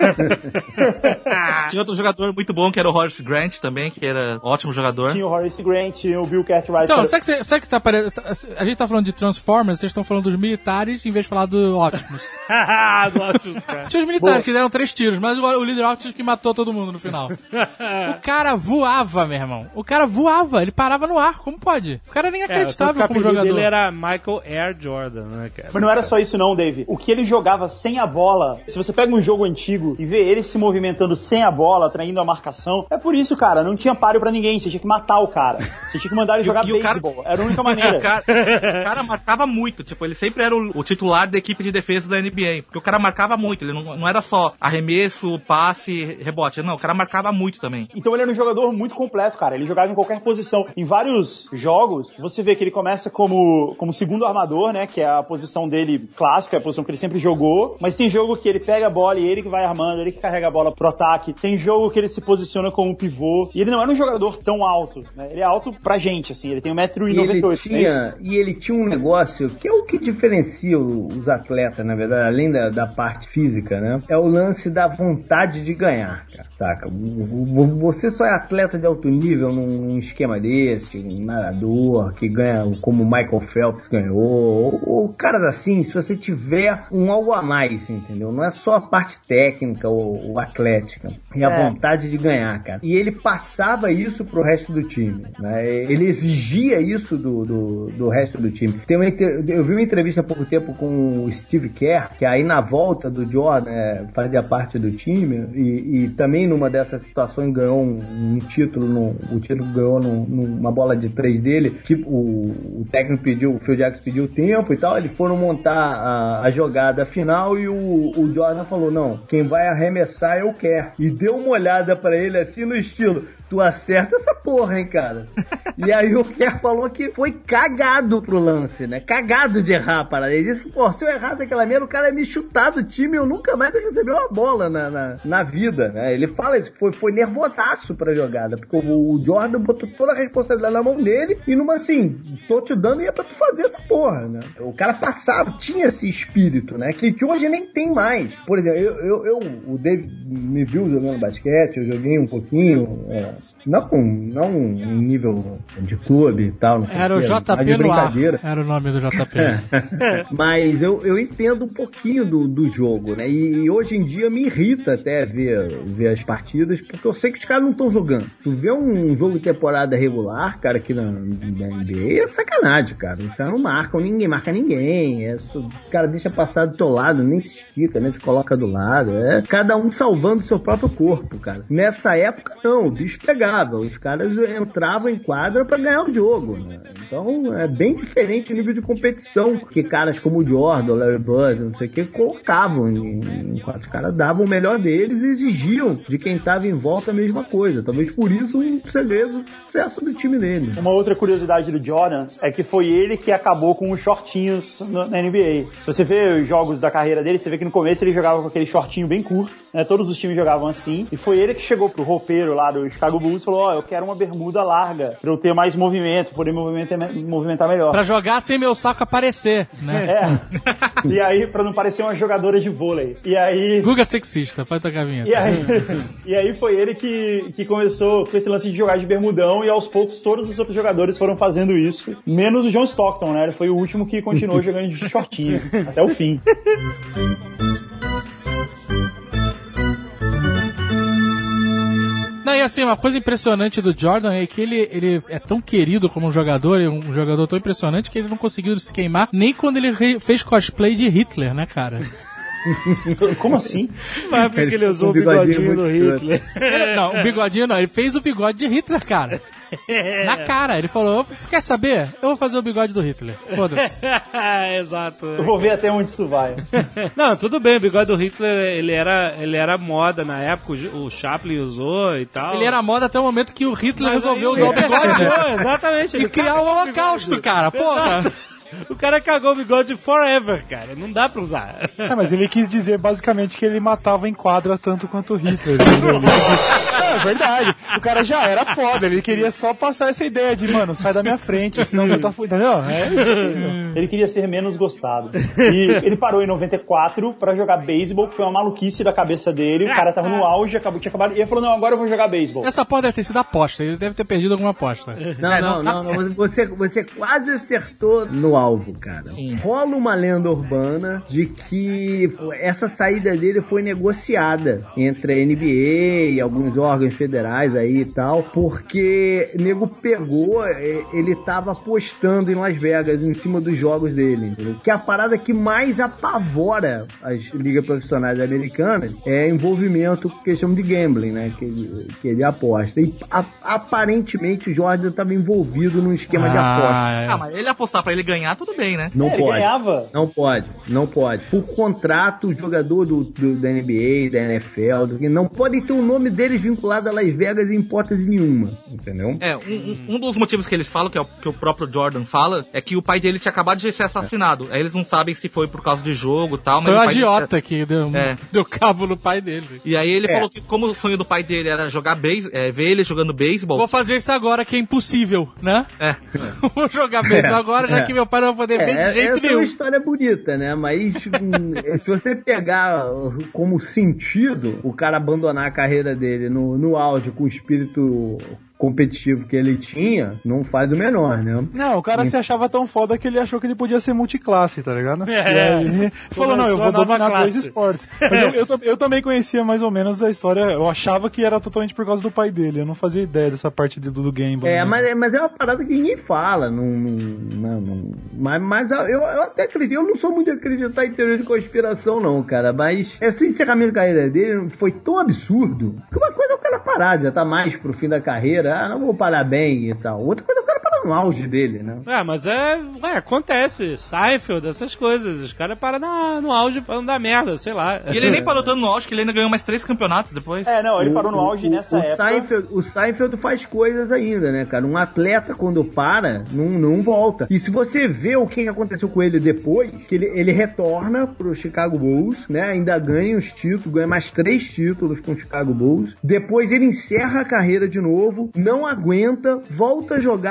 E: Tinha outro jogador muito bom, que era o Horace Grant também, que era ótimo jogador.
D: Tinha o Horace Grant, tinha o Bill Cartwright.
F: Então, sabe que a gente tá falando de Transformers, vocês estão falando dos militares em vez de falar do Optimus.
B: Do Optimus, cara.
F: Tinha os militares que deram 3 tiros, mas o líder Optimus que matou todo mundo no final. O cara voava, meu irmão. O cara voava, ele parava no ar, como pode? O cara nem acreditava como jogador.
B: Ele era Michael Air Jordan, né, cara?
D: Mas não era só isso não, Dave. O que ele jogava sem a bola, se você pega um jogo antigo e vê ele se movimentando sem a bola, traindo a marcação, é por isso, cara, não tinha páreo pra ninguém, você tinha que matar o cara. Você tinha que mandar ele jogar beisebol. Era a única maneira.
E: O cara marcava muito, ele sempre era o titular da equipe de defesa da NBA, porque o cara marcava muito, ele não era só arremesso, passe, rebote, não, o cara marcava muito também.
D: Então ele era um jogador muito completo, cara, ele jogava em qualquer posição. Em vários jogos, você vê que ele começa como segundo armador, né, que é a posição dele clássica, a posição que ele sempre jogou, mas tem jogo que ele pega a bola e ele que vai armando, ele que carrega a bola pro ataque, tem jogo que ele se posiciona como pivô, e ele não era um jogador tão alto, né, ele é alto pra gente, assim, ele tem 1,98 m.
C: E ele tinha um negócio que é o que diferencia os atletas, na verdade, além da parte física, né, é o lance da vontade de ganhar, cara, saca? Você só é atleta de alto nível num esquema desse, um nadador que ganha como o Michael Phelps ganhou, ou caras assim, se você tiver um algo a mais, entendeu? Não é só a parte técnica ou atlética, é a vontade de ganhar, cara. E ele passava isso pro resto do time, né? Ele exigia isso do resto do time. Eu vi uma entrevista há pouco tempo com o Steve Kerr, que aí na volta do Jordan fazia parte do time, e também numa dessas situações ganhou um título, o título ganhou numa bola de 3 dele, que o técnico pediu, o Phil Jackson pediu tempo e tal, eles foram montar a jogada final e o Jordan falou, não, quem vai arremessar é o Kerr, e deu uma olhada pra ele assim no estilo, tu acerta essa porra, hein, cara? E aí o Kerr falou que foi cagado pro lance, né? Cagado de errar a parada. Ele disse que, pô, se eu errar daquela merda, o cara ia me chutar do time e eu nunca mais ia receber uma bola na vida, né? Ele fala isso, foi nervosaço pra jogada, porque o Jordan botou toda a responsabilidade na mão dele e numa assim, tô te dando e é pra tu fazer essa porra, né? O cara passava, tinha esse espírito, né? Que hoje nem tem mais. Por exemplo, o David me viu jogando basquete, eu joguei um pouquinho, Não um nível de clube e tal.
F: Era o JP no ar. Era o nome do JP.
C: Mas eu entendo um pouquinho do jogo, né? E hoje em dia me irrita até ver as partidas, porque eu sei que os caras não estão jogando. Tu vê um jogo de temporada regular, cara, aqui na NBA, é sacanagem, cara. Os caras não marcam, ninguém marca ninguém. O cara deixa passar do teu lado, nem se estica, nem se coloca do lado. É cada um salvando o seu próprio corpo, cara. Nessa época, não. O bicho pegava. Os caras entravam em quadra pra ganhar o jogo, né? Então, é bem diferente o nível de competição que caras como o Jordan, o Larry Bird, não sei o que, colocavam em quadra. Os caras davam o melhor deles e exigiam de quem tava em volta a mesma coisa. Talvez por isso um segredo do sucesso do time dele.
D: Uma outra curiosidade do Jordan é que foi ele que acabou com os shortinhos na NBA. Se você vê os jogos da carreira dele, você vê que no começo ele jogava com aquele shortinho bem curto, né? Todos os times jogavam assim. E foi ele que chegou pro roupeiro lá do Chicago Bulls e falou: eu quero uma bermuda larga pra eu ter mais movimento, poder movimentar melhor.
F: Pra jogar sem meu saco aparecer, né?
D: E aí, pra não parecer uma jogadora de vôlei. E aí...
F: Guga sexista, pode tocar a vinheta.
D: E aí foi ele que começou com esse lance de jogar de bermudão, e aos poucos todos os outros jogadores foram fazendo isso, menos o John Stockton, né? Ele foi o último que continuou jogando de shortinho até o fim.
F: Não, e assim, uma coisa impressionante do Jordan é que ele é tão querido como um jogador tão impressionante que ele não conseguiu se queimar nem quando ele fez cosplay de Hitler, né, cara?
D: Como assim?
B: Mas porque ele usou o bigodinho do Hitler.
F: Não, o bigodinho não, ele fez o bigode de Hitler, cara. Na cara, ele falou: você quer saber? Eu vou fazer o bigode do Hitler. Foda-se.
B: Exato.
D: Eu vou ver até onde isso vai.
B: Não, tudo bem, o bigode do Hitler, ele era moda na época, o Chaplin usou e tal.
F: Ele era moda até o momento que o Hitler resolveu usar o bigode.
B: Exatamente.
F: E criar o Holocausto, cara, porra.
B: O cara cagou o bigode forever, cara. Não dá pra usar.
H: Mas ele quis dizer basicamente que ele matava em quadra tanto quanto o Hitler. É verdade. O cara já era foda. Ele queria só passar essa ideia de, mano, sai da minha frente, senão você tá fudido. Entendeu? É isso aí.
D: Ele queria ser menos gostado. E ele parou em 94 pra jogar beisebol, que foi uma maluquice da cabeça dele. O cara tava no auge, tinha acabado. E ele falou: não, agora eu vou jogar beisebol.
F: Essa porra deve ter sido aposta. Ele deve ter perdido alguma aposta.
C: Não. Você quase acertou no alvo, cara. Sim. Rola uma lenda urbana de que essa saída dele foi negociada entre a NBA e alguns órgãos federais aí e tal, porque nego pegou, ele tava apostando em Las Vegas em cima dos jogos dele, entendeu? Que a parada que mais apavora as ligas profissionais americanas é envolvimento que eles chamam de gambling, né? Que ele aposta. E aparentemente o Jordan estava envolvido num esquema de aposta.
E: Mas ele apostar pra ele ganhar, tudo bem, né?
C: Não pode.
D: Ganhava.
C: Não pode. Por contrato, o jogador da NBA, da NFL, não podem ter o nome deles vinculado a Las Vegas em hipótese nenhuma, entendeu?
E: Um dos motivos que eles falam, que o próprio Jordan fala, é que o pai dele tinha acabado de ser assassinado. Aí eles não sabem se foi por causa de jogo e tal.
F: Foi o agiota que deu cabo no pai dele.
E: E aí ele falou que como o sonho do pai dele era jogar ver ele jogando beisebol...
F: Vou fazer isso agora, que é impossível, né? Vou jogar beisebol agora, já que meu pai não vai poder ver de jeito nenhum.
C: É uma história bonita, né? Mas se você pegar como sentido o cara abandonar a carreira dele no auge com o espírito competitivo que ele tinha, não faz o menor, né?
H: Não, o cara se achava tão foda que ele achou que ele podia ser multiclasse, tá ligado? E aí falou: não, eu vou dominar dois esportes. Mas eu também conhecia mais ou menos a história, eu achava que era totalmente por causa do pai dele, eu não fazia ideia dessa parte do game.
C: Mas é uma parada que ninguém fala, mas eu até acredito, eu não sou muito acreditar em teoria de conspiração não, cara, mas esse encerramento da carreira dele foi tão absurdo que uma coisa é o cara parar, já tá mais pro fim da carreira, não vou parar bem e tal. Outra coisa é o cara parar no auge dele, né?
B: Mas acontece. Seinfeld, essas coisas. Os caras param no auge pra não dar merda, sei lá.
E: E ele nem parou tanto no auge, que ele ainda ganhou mais 3 campeonatos depois.
D: Ele parou no auge nessa época.
C: O Seinfeld faz coisas ainda, né, cara? Um atleta, quando para, não volta. E se você vê o que aconteceu com ele depois, que ele retorna pro Chicago Bulls, né? Ainda ganha os títulos, ganha mais 3 títulos com o Chicago Bulls. Depois ele encerra a carreira de novo, não aguenta, volta a jogar pelo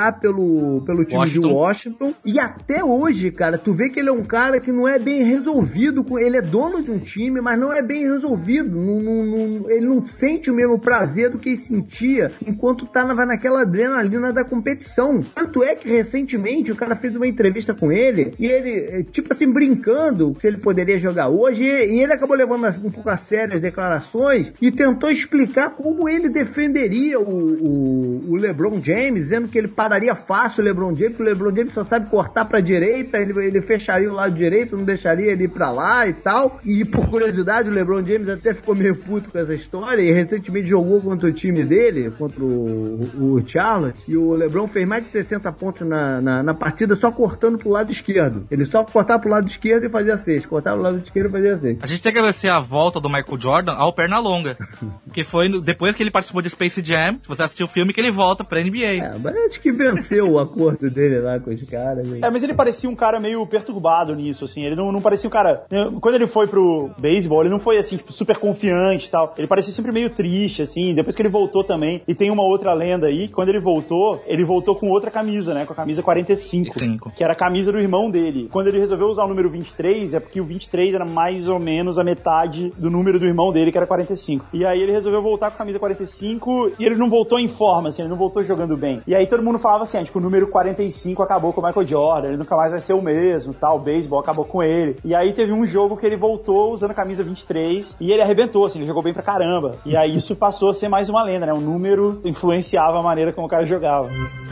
C: pelo time de Washington. E até hoje, cara, tu vê que ele é um cara que não é bem resolvido. Ele é dono de um time, mas não é bem resolvido. Ele não sente o mesmo prazer do que ele sentia enquanto tava naquela adrenalina da competição. Tanto é que recentemente o cara fez uma entrevista com ele e ele, tipo assim, brincando se ele poderia jogar hoje, e ele acabou levando um pouco a sério as declarações e tentou explicar como ele defenderia o LeBron James, dizendo que ele pararia fácil o LeBron James, porque o LeBron James só sabe cortar pra direita, ele fecharia o lado direito, não deixaria ele ir pra lá e tal. E por curiosidade, o LeBron James até ficou meio puto com essa história e recentemente jogou contra o time dele, contra o Charlotte, e o LeBron fez mais de 60 pontos na partida só cortando pro lado esquerdo. Ele só cortava pro lado esquerdo e fazia 6, cortava pro lado esquerdo e fazia 6.
E: A gente tem que agradecer a volta do Michael Jordan ao Pernalonga, que foi depois que ele participou de Space Jam, se você assistiu o filme, que ele volta pra NBA.
C: Mas acho que venceu o acordo dele lá com os caras.
D: Mas ele parecia um cara meio perturbado nisso, assim, ele não parecia um cara... Quando ele foi pro beisebol, ele não foi, assim, tipo, super confiante e tal, ele parecia sempre meio triste, assim, depois que ele voltou também, e tem uma outra lenda aí, que quando ele voltou com outra camisa, né, com a camisa 45, que era a camisa do irmão dele. Quando ele resolveu usar o número 23, é porque o 23 era mais ou menos a metade do número do irmão dele, que era 45. E aí ele resolveu voltar com a camisa 45 e ele não voltou em forma, assim, ele não voltou jogando bem. E aí todo mundo falava assim, tipo, o número 45 acabou com o Michael Jordan, ele nunca mais vai ser o mesmo, tal, o beisebol acabou com ele. E aí teve um jogo que ele voltou usando a camisa 23 e ele arrebentou, assim, ele jogou bem pra caramba. E aí isso passou a ser mais uma lenda, né? Um número influenciava a maneira como o cara jogava.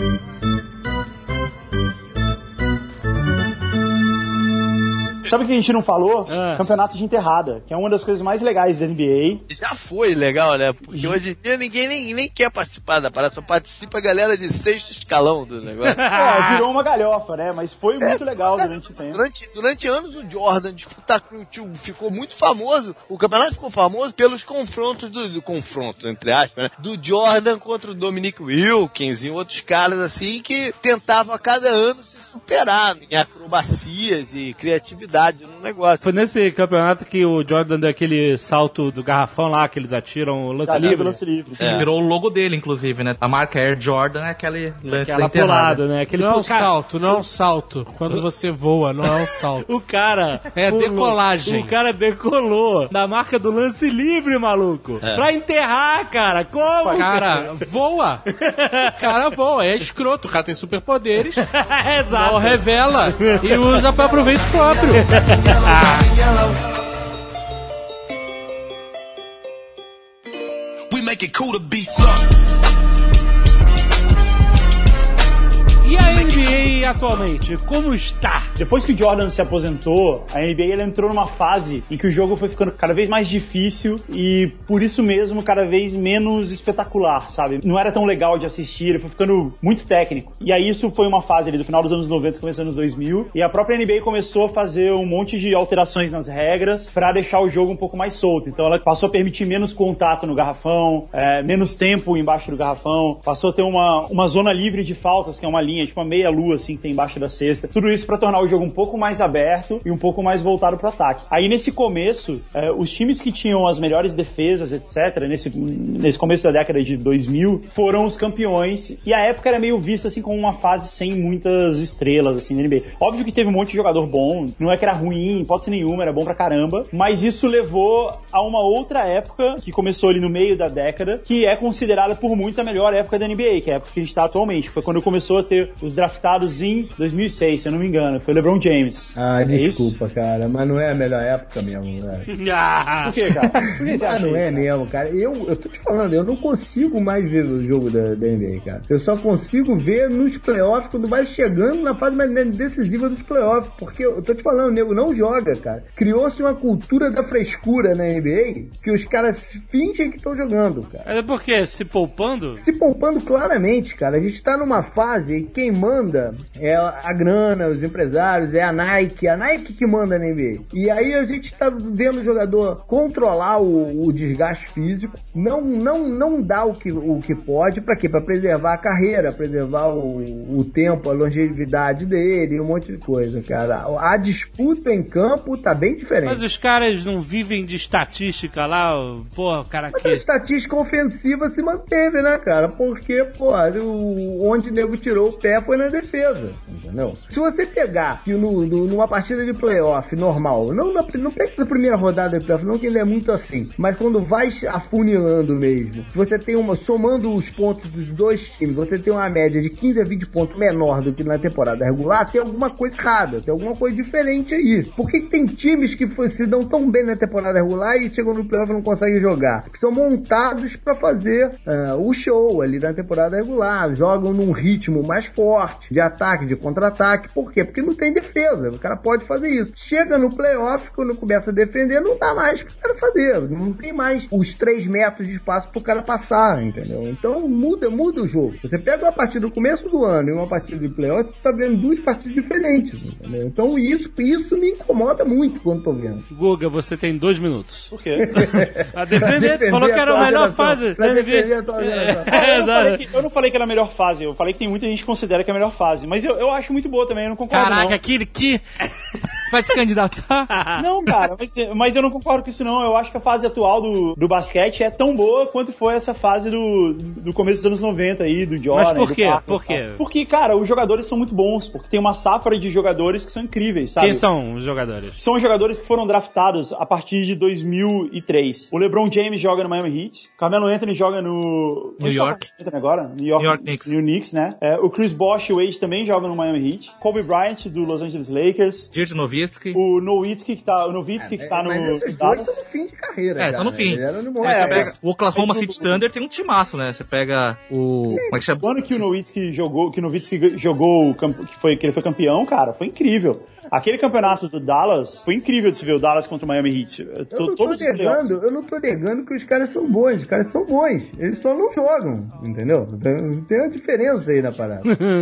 D: Sabe o que a gente não falou? Campeonato de enterrada, que é uma das coisas mais legais da NBA.
I: Já foi legal, né? Porque hoje em dia ninguém nem quer participar da parada, só participa a galera de sexto escalão do negócio.
D: Virou uma galhofa, né? Mas foi muito legal durante o tempo.
I: Durante anos o Jordan ficou muito famoso, o campeonato ficou famoso pelos confrontos entre aspas, né? Do Jordan contra o Dominic Wilkins e outros caras assim que tentavam a cada ano se superar em acrobacias e criatividade no negócio.
B: Foi nesse campeonato que o Jordan deu aquele salto do garrafão lá, que eles atiram o lance livre.
E: Virou o logo dele, inclusive, né? A marca Air Jordan é aquele lance
B: aquela pulada, né? Aquele
F: não é um salto, não é um salto. Quando você voa, não é um salto.
B: O cara...
F: É decolagem.
B: O cara decolou na marca do lance livre, maluco. Pra enterrar, cara. Como?
F: Cara, voa. O cara voa. É escroto. O cara tem superpoderes.
B: Exato.
F: Não revela e usa pra proveito próprio.
J: We make it cool to be sucked.
B: E a NBA atualmente, como está?
D: Depois que o Jordan se aposentou, a NBA ela entrou numa fase em que o jogo foi ficando cada vez mais difícil e, por isso mesmo, cada vez menos espetacular, sabe? Não era tão legal de assistir, ele foi ficando muito técnico. E aí isso foi uma fase ali do final dos anos 90, começo dos anos 2000, e a própria NBA começou a fazer um monte de alterações nas regras pra deixar o jogo um pouco mais solto. Então ela passou a permitir menos contato no garrafão, menos tempo embaixo do garrafão, passou a ter uma zona livre de faltas, que é uma linha, tipo uma meia-lua, assim, que tem embaixo da cesta. Tudo isso pra tornar o jogo um pouco mais aberto e um pouco mais voltado pro ataque. Aí, nesse começo, os times que tinham as melhores defesas, etc., nesse começo da década de 2000, foram os campeões. E a época era meio vista, assim, como uma fase sem muitas estrelas, assim, na NBA. Óbvio que teve um monte de jogador bom, não é que era ruim, hipótese nenhuma, era bom pra caramba, mas isso levou a uma outra época, que começou ali no meio da década, que é considerada por muitos a melhor época da NBA, que é a época que a gente tá atualmente. Foi quando começou a ter os draftados em 2006, se eu não me engano. Foi o LeBron James.
C: Desculpa, cara, mas não é a melhor época mesmo, velho.
D: Por quê, cara? Por que você acha
C: não
D: isso,
C: é mesmo, cara. Eu tô te falando, eu não consigo mais ver o jogo da NBA, cara. Eu só consigo ver nos playoffs, quando vai chegando na fase mais decisiva dos playoffs, porque eu tô te falando, o nego não joga, cara. Criou-se uma cultura da frescura na NBA, que os caras fingem que estão jogando, cara.
B: É por quê? Se poupando?
C: Se poupando claramente, cara. A gente tá numa fase, quem manda é a grana, os empresários, é a Nike que manda na NBA. E aí a gente tá vendo o jogador controlar o desgaste físico, não dá o que pode, pra quê? Pra preservar a carreira, preservar o tempo, a longevidade dele, um monte de coisa, cara. A disputa em campo tá bem diferente.
B: Mas os caras não vivem de estatística lá, pô, cara.
C: Mas a estatística ofensiva se manteve, né, cara? Porque, pô, onde o nego tirou o pé foi na defesa, entendeu? Se você pegar que numa partida de playoff normal, não pega essa primeira rodada de playoff, não que ele é muito assim, mas quando vai afunilando mesmo, você tem somando os pontos dos dois times, você tem uma média de 15 a 20 pontos menor do que na temporada regular, tem alguma coisa errada, tem alguma coisa diferente aí. Por que tem times que se dão tão bem na temporada regular e chegam no playoff e não conseguem jogar? Porque são montados pra fazer o show ali na temporada regular, jogam num ritmo mais forte, de ataque, de contra-ataque. Por quê? Porque não tem defesa, o cara pode fazer isso. Chega no playoff, quando começa a defender, não dá mais pro cara fazer, não tem mais os 3 metros de espaço pro cara passar, entendeu? Então muda o jogo. Você pega uma partida do começo do ano e uma partida de playoff, você tá vendo 2 partidas diferentes, entendeu? Então isso me incomoda muito quando tô vendo.
B: Guga, você tem 2 minutos.
D: Por quê?
B: A defender, tu falou que era a melhor fase.
D: Eu não falei que era a melhor fase, eu falei que tem muita gente que considera que é a melhor fase, mas eu acho muito boa também, eu não concordo.
F: Caraca,
D: não.
F: aquele que vai se candidatar?
D: Não, cara, mas eu não concordo com isso não, eu acho que a fase atual do basquete é tão boa quanto foi essa fase do começo dos anos 90 aí, do Jordan.
B: Mas por quê?
D: Por quê? Porque, cara, os jogadores são muito bons, porque tem uma safra de jogadores que são incríveis, sabe?
B: Quem são os jogadores?
D: São os jogadores que foram draftados a partir de 2003. O LeBron James joga no Miami Heat, Carmelo Anthony joga no...
E: New York.
D: Agora? New York
E: Knicks.
D: New Knicks, né? O Chris Bosh e o Wade também jogam no Miami Heat. Kobe Bryant, do Los Angeles Lakers.
E: Dirk Nowitzki.
D: O Nowitzki que tá no
C: mas esses dois estão no fim de carreira.
E: Tá no fim.
C: Você
E: pega o Oklahoma City Thunder, tem um timaço, né? Você pega o... Como é que chama?
D: O ano que o Nowitzki jogou, que ele foi campeão, cara, foi incrível. Aquele campeonato do Dallas foi incrível de se ver, o Dallas contra o Miami Heat.
C: Eu não tô negando que os caras são bons, eles só não jogam, entendeu? Tem uma diferença aí na parada.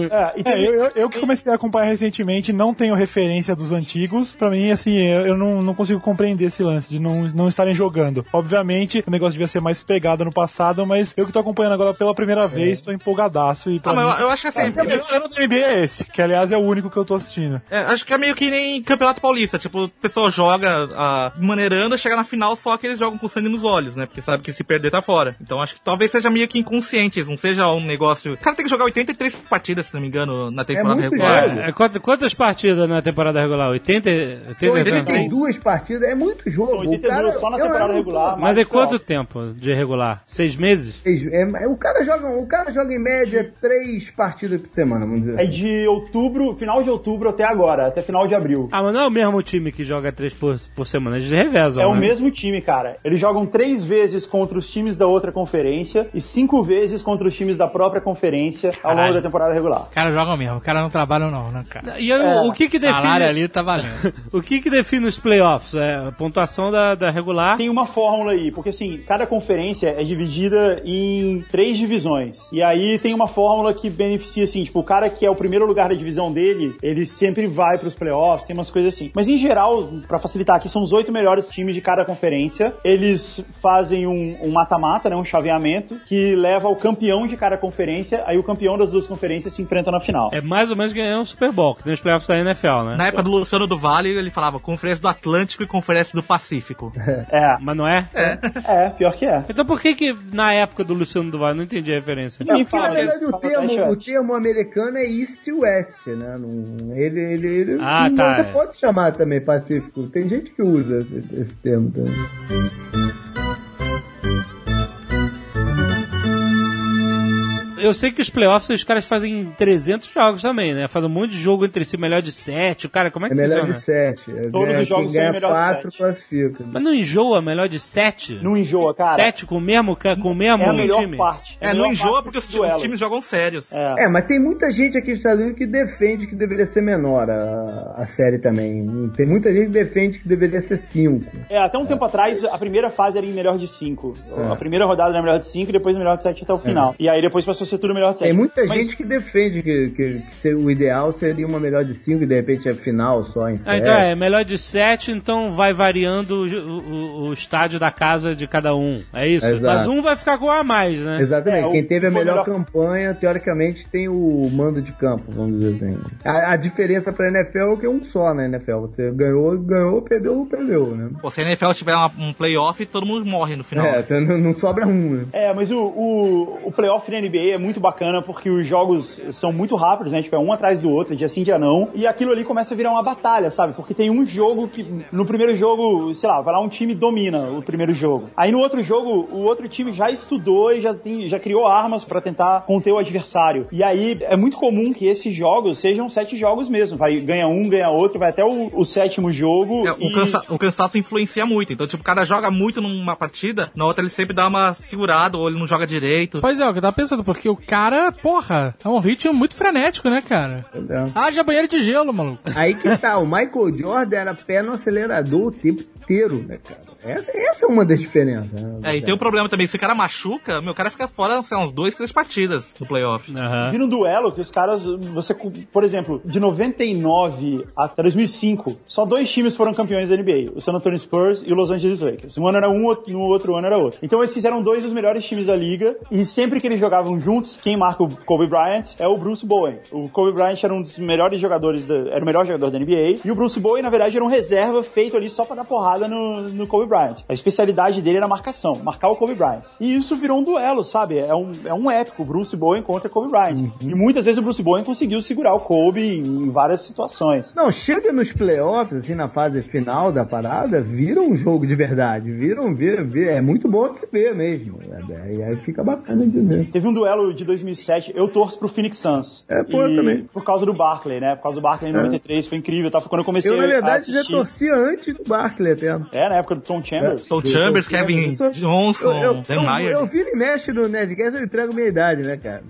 H: Eu que comecei a acompanhar recentemente, não tenho referência dos antigos, pra mim, assim, eu não consigo compreender esse lance de não estarem jogando. Obviamente, o negócio devia ser mais pegado no passado, mas eu que tô acompanhando agora pela primeira vez, tô empolgadaço. E
E: mas eu acho que assim...
H: O ano do NBA é esse, que aliás é o único que eu tô assistindo.
E: Acho que é meio que nem Campeonato Paulista, tipo, o pessoal joga maneirando, chega na final só que eles jogam com sangue nos olhos, né? Porque sabe que se perder tá fora. Então acho que talvez seja meio que inconsciente, não seja um negócio... O cara tem que jogar 83 partidas, se não me engano, na temporada regular.
B: Quantas partidas na temporada regular?
C: 82 partidas, é muito jogo.
D: 82 só na temporada regular.
B: Mas é quanto tempo de regular? 6 meses?
C: O cara joga em média 3 partidas por semana, vamos dizer.
D: É de outubro, final de outubro até agora, até final de abril.
B: Mas não é o mesmo time que joga 3 por semana, eles revezam,
D: É o mesmo time, cara. Eles jogam 3 vezes contra os times da outra conferência e 5 vezes contra os times da própria conferência ao longo da temporada regular.
F: Cara, jogam mesmo. O cara não trabalha não, né, cara?
B: E aí, o que define...
F: salário ali tá valendo.
B: O que define os playoffs? É a pontuação da regular?
D: Tem uma fórmula aí, porque assim, cada conferência é dividida em 3 divisões. E aí tem uma fórmula que beneficia, assim, tipo, o cara que é o primeiro lugar da divisão dele, ele sempre vai pros playoffs, tem umas coisas assim. Mas em geral, pra facilitar aqui, são os 8 melhores times de cada conferência. Eles fazem um mata-mata, né, um chaveamento, que leva ao campeão de cada conferência, aí o campeão das 2 conferências se enfrenta na final.
B: É mais ou menos ganhar um Super Bowl, que tem os playoffs da NFL, né?
E: Na época do Luciano do Vale, ele falava Conferência do Atlântico e Conferência do Pacífico.
B: Mas não é?
D: Pior que é.
B: Então por que na época do Luciano do Vale, não entendi a referência?
C: Não, porque na verdade o termo americano é East e West, né? Você pode chamar também Pacífico. Tem gente que usa esse termo também.
B: Eu sei que os playoffs os caras fazem 300 jogos também, né? Fazem um monte de jogo entre si, melhor de 7. Cara, como é que funciona?
C: Melhor de 7.
D: Todos os jogos são melhor
C: 4
D: de 7.
C: classifica.
B: Mas não enjoa melhor de 7?
D: Não enjoa, cara.
B: 7 com o mesmo
D: é a melhor
B: time?
D: parte.
E: Não enjoa porque os times jogam sérios.
C: Mas tem muita gente aqui nos Estados Unidos que defende que deveria ser menor a série também. Tem muita gente que defende que deveria ser 5.
D: Até um tempo atrás, a primeira fase era em melhor de 5. A primeira rodada era melhor de 5 e depois melhor de 7 até o final. E aí depois passou a ser tudo melhor de 7.
C: Tem muita gente que defende que o ideal seria uma melhor de 5 e de repente é final só em 7.
B: Então melhor de 7, então vai variando o estádio da casa de cada um. É isso?
C: Exato.
B: Mas um vai ficar com a mais, né?
C: Exatamente. Quem teve a melhor campanha, teoricamente, tem o mando de campo, vamos dizer assim. A diferença pra NFL é que é um só na NFL. Você ganhou, perdeu, né?
E: Pô, se a NFL tiver um playoff, todo mundo morre no final.
C: Então não sobra um, né?
D: Mas o playoff na NBA muito bacana porque os jogos são muito rápidos, né? Tipo, é um atrás do outro, dia sim, dia não. E aquilo ali começa a virar uma batalha, sabe? Porque tem um jogo que, no primeiro jogo, sei lá, vai lá, um time domina o primeiro jogo. Aí no outro jogo, o outro time já estudou e já criou armas pra tentar conter o adversário. E aí é muito comum que esses jogos sejam 7 jogos mesmo. Ganha um, ganha outro, vai até o 7º jogo.
E: O cansaço influencia muito. Então, tipo, o cara joga muito numa partida, na outra ele sempre dá uma segurada, ou ele não joga direito.
F: Pois é, o que eu tava pensando, porque o cara, porra, é um ritmo muito frenético, né, cara? Já banheiro de gelo, maluco.
C: Aí que tá, o Michael Jordan era pé no acelerador o tempo inteiro, né, cara? Essa é uma das diferenças. Né?
E: E tem um problema também, se o cara machuca, meu cara fica fora, sei lá, uns 2, 3 partidas no playoff.
D: Vi no duelo que os caras, por exemplo, de 99 até 2005, só 2 times foram campeões da NBA, o San Antonio Spurs e o Los Angeles Lakers. Um ano era um, no outro ano era outro. Então esses eram 2 dos melhores times da liga, e sempre que eles jogavam juntos, quem marca o Kobe Bryant é o Bruce Bowen. O Kobe Bryant era um dos melhores jogadores, era o melhor jogador da NBA, e o Bruce Bowen, na verdade, era um reserva feito ali só pra dar porrada no Kobe Bryant. A especialidade dele era marcação, marcar o Kobe Bryant. E isso virou um duelo, sabe? É um épico, Bruce Bowen contra Kobe Bryant. E muitas vezes o Bruce Bowen conseguiu segurar o Kobe em várias situações.
C: Não, chega nos playoffs, assim, na fase final da parada, vira um jogo de verdade. Vira, é muito bom de se ver mesmo. E aí fica bacana de ver.
D: Teve um duelo de 2007, eu torço pro Phoenix Suns.
C: Também.
D: Por causa do Barkley, né? Por causa do Barkley em 93, foi incrível, tá? Foi quando eu comecei a assistir.
C: Eu, na verdade, já torcia antes do Barkley até.
D: Na época do Tom Chambers.
E: Tom Chambers, Kevin Johnson, Dan Meyer.
C: Eu viro e mexo no Nerdcast, eu entrego minha idade, né, cara?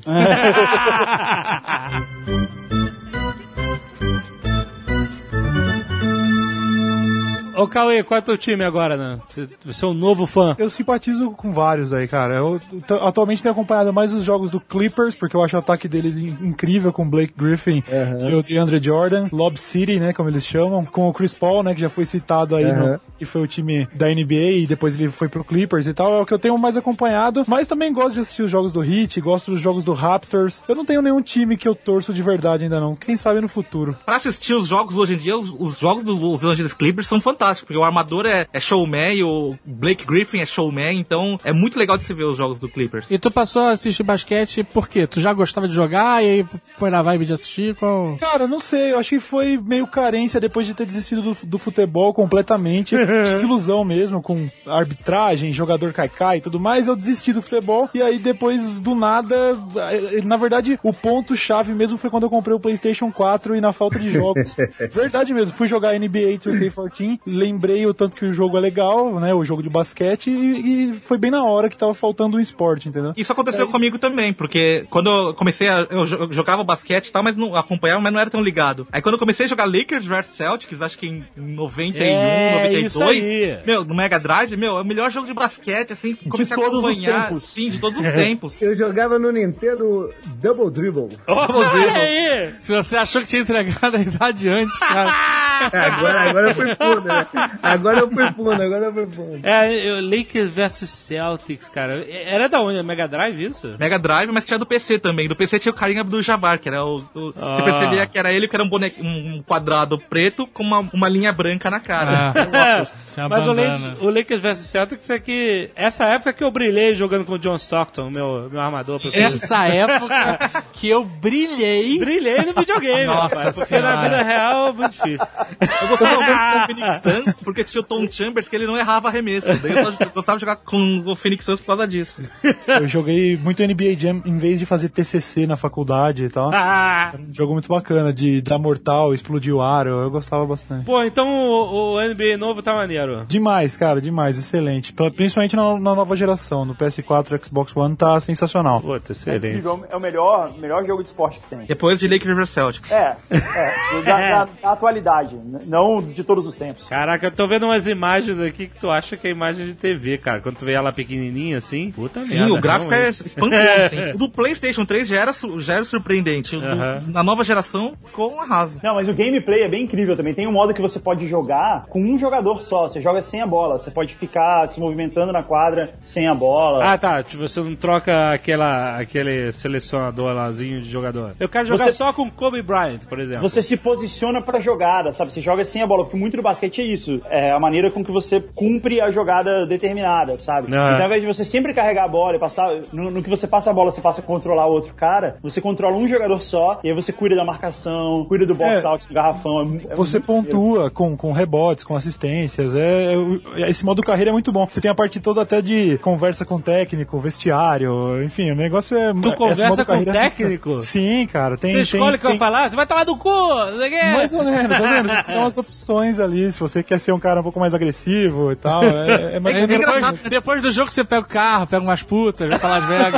B: Ô, Cauê, qual é o teu time agora, né? Você é um novo fã.
H: Eu simpatizo com vários aí, cara. Eu atualmente tenho acompanhado mais os jogos do Clippers, porque eu acho o ataque deles incrível, com o Blake Griffin e o DeAndre Jordan. Lob City, né, como eles chamam. Com o Chris Paul, né, que já foi citado aí, que foi o time da NBA e depois ele foi pro Clippers e tal. É o que eu tenho mais acompanhado. Mas também gosto de assistir os jogos do Heat, gosto dos jogos do Raptors. Eu não tenho nenhum time que eu torço de verdade ainda não. Quem sabe no futuro.
E: Pra assistir os jogos hoje em dia, os jogos dos Los Angeles Clippers são fantásticos, porque o armador é showman e o Blake Griffin é showman, então é muito legal de se ver os jogos do Clippers.
F: E tu passou a assistir basquete por quê? Tu já gostava de jogar e aí foi na vibe de assistir? Qual...
H: Cara, não sei, eu acho que foi meio carência depois de ter desistido do futebol completamente, desilusão mesmo, com arbitragem, jogador caicai e tudo mais, eu desisti do futebol e aí depois do nada, na verdade o ponto-chave mesmo foi quando eu comprei o PlayStation 4 e na falta de jogos. Verdade mesmo, fui jogar NBA 2K14, lembrei o tanto que o jogo é legal, né, o jogo de basquete, e foi bem na hora que tava faltando um esporte, entendeu?
E: Isso aconteceu comigo também, porque quando eu comecei eu jogava basquete e tal, mas não acompanhava, mas não era tão ligado. Aí quando eu comecei a jogar Lakers vs Celtics, acho que em 91, 92, meu, no Mega Drive, meu, é o melhor jogo de basquete, assim, comecei a acompanhar, sim, de todos os tempos.
C: Eu jogava no Nintendo Double Dribble.
F: Aí! Se você achou que tinha entregado a idade antes, cara.
C: Agora eu fui fundo, né? Agora eu fui fundo.
B: Lakers vs Celtics, cara. Era da onde? Mega Drive isso?
E: Mega Drive, mas tinha do PC também. Do PC tinha o Kareem Abdul-Jabbar, que era você percebia que era ele, que era um quadrado preto com uma linha branca na cara.
B: Mas o Lakers vs Celtics é que essa época que eu brilhei jogando com o John Stockton, meu armador preferido.
F: Essa época que eu brilhei
B: no videogame, rapaz, porque na vida real é muito difícil.
E: Eu gostava muito do Phoenix Suns porque tinha o Tom Chambers, que ele não errava arremesso. Daí eu gostava de jogar com o Phoenix Suns por causa disso.
H: Eu joguei muito NBA Jam em vez de fazer TCC na faculdade e tal. Era um jogo muito bacana, de dar mortal, explodir o aro. Eu gostava bastante.
B: Pô, então o NBA novo tá maneiro.
H: Demais, cara, demais, excelente. Principalmente na nova geração, no PS4 Xbox One tá sensacional.
B: Pô, tá excelente.
D: É o melhor jogo de esporte que tem.
E: Depois de Lakers vs Celtics.
D: Da atualidade, não de todos os tempos.
B: Caraca, eu tô vendo umas imagens aqui que tu acha que é imagem de TV, cara. Quando tu vê ela pequenininha assim, puta merda.
E: Sim, o gráfico realmente é espantoso, assim. O do PlayStation 3 já era surpreendente. Na nova geração ficou um arraso.
D: Não, mas o gameplay é bem incrível também. Tem um modo que você pode jogar com um jogador só. Você joga sem a bola. Você pode ficar se movimentando na quadra sem a bola.
B: Ah, tá. Você não troca aquele selecionador lázinho de jogador. Eu quero jogar só com Kobe Bryant, por exemplo.
D: Você se posiciona pra jogada, sabe? Você joga sem a bola, porque muito do basquete é isso. É a maneira com que você cumpre a jogada determinada, sabe? Então, ao invés de você sempre carregar a bola e passar... No que você passa a bola, você passa a controlar o outro cara, você controla um jogador só, e aí você cuida da marcação, cuida do box-out, do garrafão.
H: Você pontua com rebotes, com assistências. Esse modo carreira é muito bom. Você tem a parte toda até de conversa com o técnico, vestiário, enfim, o negócio é...
B: Tu conversa com o técnico?
H: Sim, cara.
B: Você escolhe o que eu vou falar? Você vai tomar do cu! Não sei o quê.
H: Mais ou menos, tá vendo? Você tem umas opções ali, se você quer ser um cara um pouco mais agressivo e tal.
F: Depois do jogo você pega o carro, pega umas putas, vai pra Las Vegas.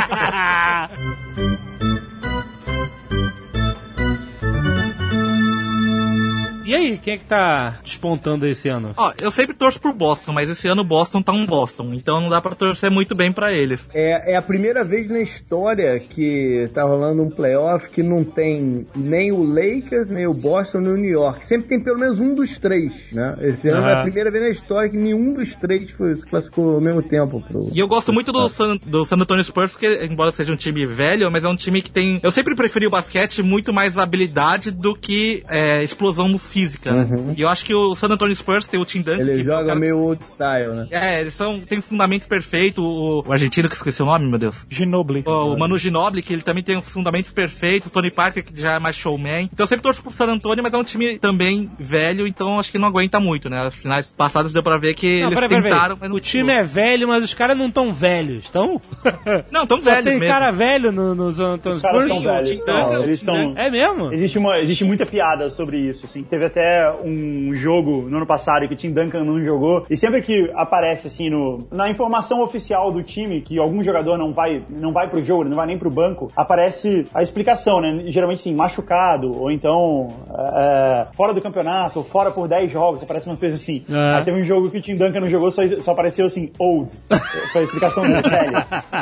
B: E aí, quem é que tá despontando esse ano?
E: Eu sempre torço pro Boston, mas esse ano o Boston tá um Boston, então não dá pra torcer muito bem pra eles.
C: É a primeira vez na história que tá rolando um playoff que não tem nem o Lakers, nem o Boston, nem o New York. Sempre tem pelo menos um dos três, né? Esse ano é a primeira vez na história que nenhum dos três se classificou ao mesmo tempo.
E: E eu gosto muito do San Antonio Spurs, porque embora seja um time velho, mas é um time que tem... Eu sempre preferi o basquete muito mais habilidade do que explosão no física, né? E eu acho que o San Antonio Spurs tem o Tim Duncan.
C: Ele joga meio old style, né?
E: Eles tem fundamentos perfeitos. O argentino que esqueci o nome, meu Deus.
H: Ginobili.
E: O Manu Ginobili, que ele também tem fundamentos perfeitos. O Tony Parker, que já é mais showman. Então eu sempre torço pro San Antonio, mas é um time também velho, então acho que não aguenta muito, né? As finais passadas deu pra ver que eles tentaram, mas não
B: o time é velho, mas os caras não tão velhos, estão?
E: Não, tão velhos mesmo.
B: Tem cara velho no San Antonio
D: Spurs. Os caras são velhos. Eles são...
B: É mesmo?
D: Existe muita piada sobre isso, assim. Teve até um jogo no ano passado que o Tim Duncan não jogou, e sempre que aparece assim na informação oficial do time que algum jogador não vai pro jogo, não vai nem pro banco, aparece a explicação, né? Geralmente assim, machucado, ou então fora do campeonato, fora por 10 jogos, aparece uma coisa assim. Aí teve um jogo que o Tim Duncan não jogou, só apareceu assim, old. Foi a explicação do velho.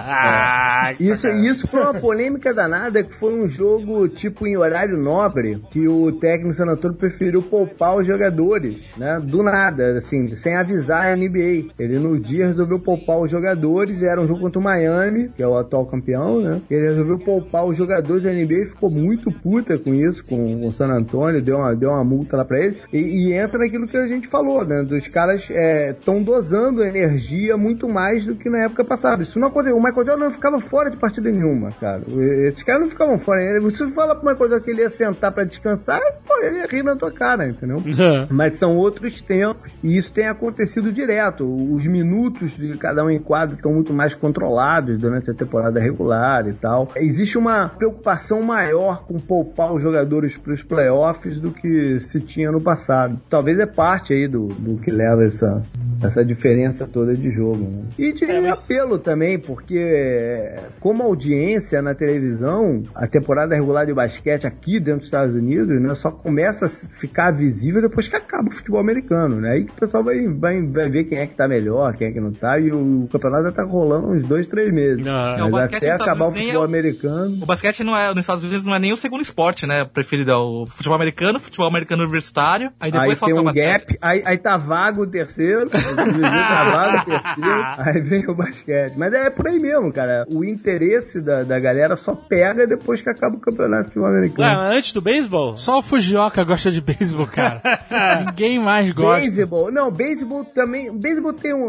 C: Isso foi uma polêmica danada, que foi um jogo tipo em horário nobre, que o técnico San Antonio preferiu poupar os jogadores, né? Do nada, assim, sem avisar a NBA. Ele no dia resolveu poupar os jogadores, era um jogo contra o Miami, que é o atual campeão, né? Ele resolveu poupar os jogadores da NBA e ficou muito puta com isso, com o San Antonio, deu uma multa lá pra ele. E entra naquilo que a gente falou, né? Dos caras estão dosando energia muito mais do que na época passada. Isso não aconteceu. O Michael Jordan não ficava fora de partida nenhuma, cara. Esses caras não ficavam fora. Você fala pro Michael Jordan que ele ia sentar pra descansar, ele ia rir na tua cara, entendeu? Mas são outros tempos e isso tem acontecido direto. Os minutos de cada um em quadro estão muito mais controlados durante a temporada regular e tal. Existe uma preocupação maior com poupar os jogadores para os playoffs do que se tinha no passado. Talvez é parte aí do que leva essa diferença toda de jogo, né? E de apelo também, porque como audiência na televisão, a temporada regular de basquete aqui dentro dos Estados Unidos, né, só começa a ficar visível depois que acaba o futebol americano, né? Aí que o pessoal vai ver quem é que tá melhor, quem é que não tá, e o campeonato já tá rolando uns 2-3 meses. Mas até acabar o futebol americano...
E: O basquete nos Estados Unidos não é nem o segundo esporte, né? Preferido é o futebol americano universitário, aí depois
C: só tem um gap, aí tá vago o terceiro, tá vago o terceiro, aí vem o basquete. Mas é por aí mesmo, cara. O interesse da galera só pega depois que acaba o campeonato de futebol americano.
B: Ué, antes do beisebol?
F: Só o Fujioka gosta de beisebol, cara. Ninguém mais gosta.
C: Beisebol. Não, beisebol também... Beisebol tem um...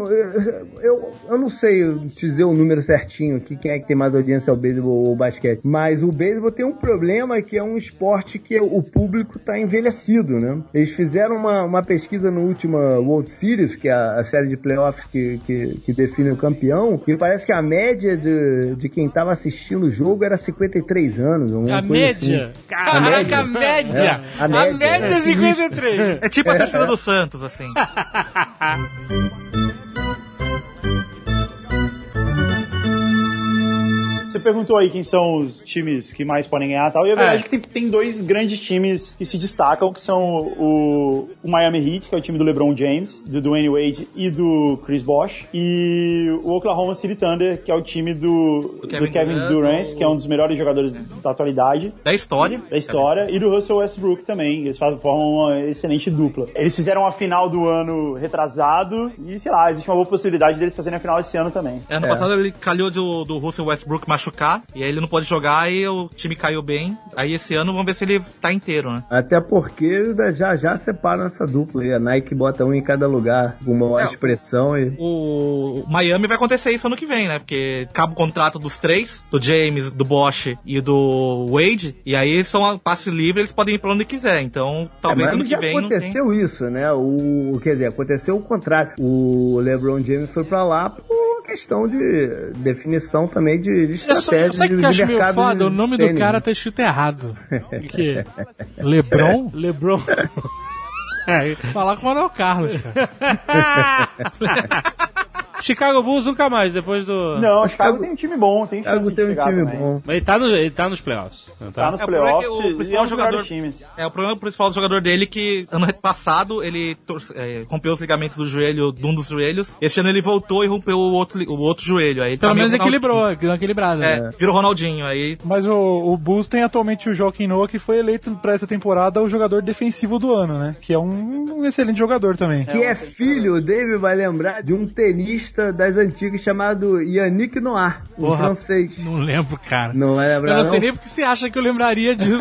C: Eu não sei dizer o número certinho aqui, quem é que tem mais audiência ao beisebol ou basquete. Mas o beisebol tem um problema, que é um esporte que o público tá envelhecido, né? Eles fizeram uma pesquisa no último World Series, que é a série de playoffs que define o campeão, e parece que a média de quem tava assistindo o jogo era 53 anos.
B: A média? Assim. Caraca, a média! A média é 53!
E: É tipo a torcida do Santos, assim.
D: Você perguntou aí quem são os times que mais podem ganhar e tal, e a verdade é que tem dois grandes times que se destacam, que são o Miami Heat, que é o time do LeBron James, do Dwayne Wade e do Chris Bosh, e o Oklahoma City Thunder, que é o time do Kevin Durant, que é um dos melhores jogadores da atualidade.
E: Da história,
D: e do Russell Westbrook também. Eles formam uma excelente dupla. Eles fizeram a final do ano retrasado, e sei lá, existe uma boa possibilidade deles fazerem a final esse ano também.
E: Ano passado ele calhou do Russell Westbrook machucado, machucar, e aí ele não pode jogar e o time caiu bem. Aí esse ano vamos ver se ele tá inteiro, né?
C: Até porque já separam essa dupla aí. A Nike bota um em cada lugar, com uma expressão e...
E: O Miami vai acontecer isso ano que vem, né? Porque acaba o contrato dos três, do James, do Bosh e do Wade, e aí são passe livre, eles podem ir pra onde quiser. Então, talvez ano que vem não tenha.
C: Aconteceu isso, né? Quer dizer, aconteceu o contrário. O LeBron James foi pra lá por questão de definição também de estratégia.
F: Sabe o que eu acho meio foda? O nome do cara tá escrito errado. Que? LeBron?
B: LeBron.
F: Falar com o Manuel Carlos, cara.
B: Chicago Bulls nunca mais, depois do...
D: Não, Chicago tem um time bom, tem chance de chegar também.
C: Bom.
B: Mas ele tá nos playoffs.
D: Tá nos playoffs.
E: O principal jogador, o problema principal do jogador dele é que ano passado ele rompeu os ligamentos do joelho, de um dos joelhos. Esse ano ele voltou e rompeu o outro joelho. Aí
F: pelo menos equilibrado.
E: Né? Virou Ronaldinho. Aí...
H: Mas o Bulls tem atualmente o Joakim Noah, que foi eleito pra essa temporada o jogador defensivo do ano, né? Que é um excelente jogador também.
C: Que é filho, o David vai lembrar, de um tenista das antigas chamado Yannick Noah, o francês.
F: Não lembro, cara.
C: Não vai lembrar,
F: eu não sei nem porque você acha que eu lembraria disso.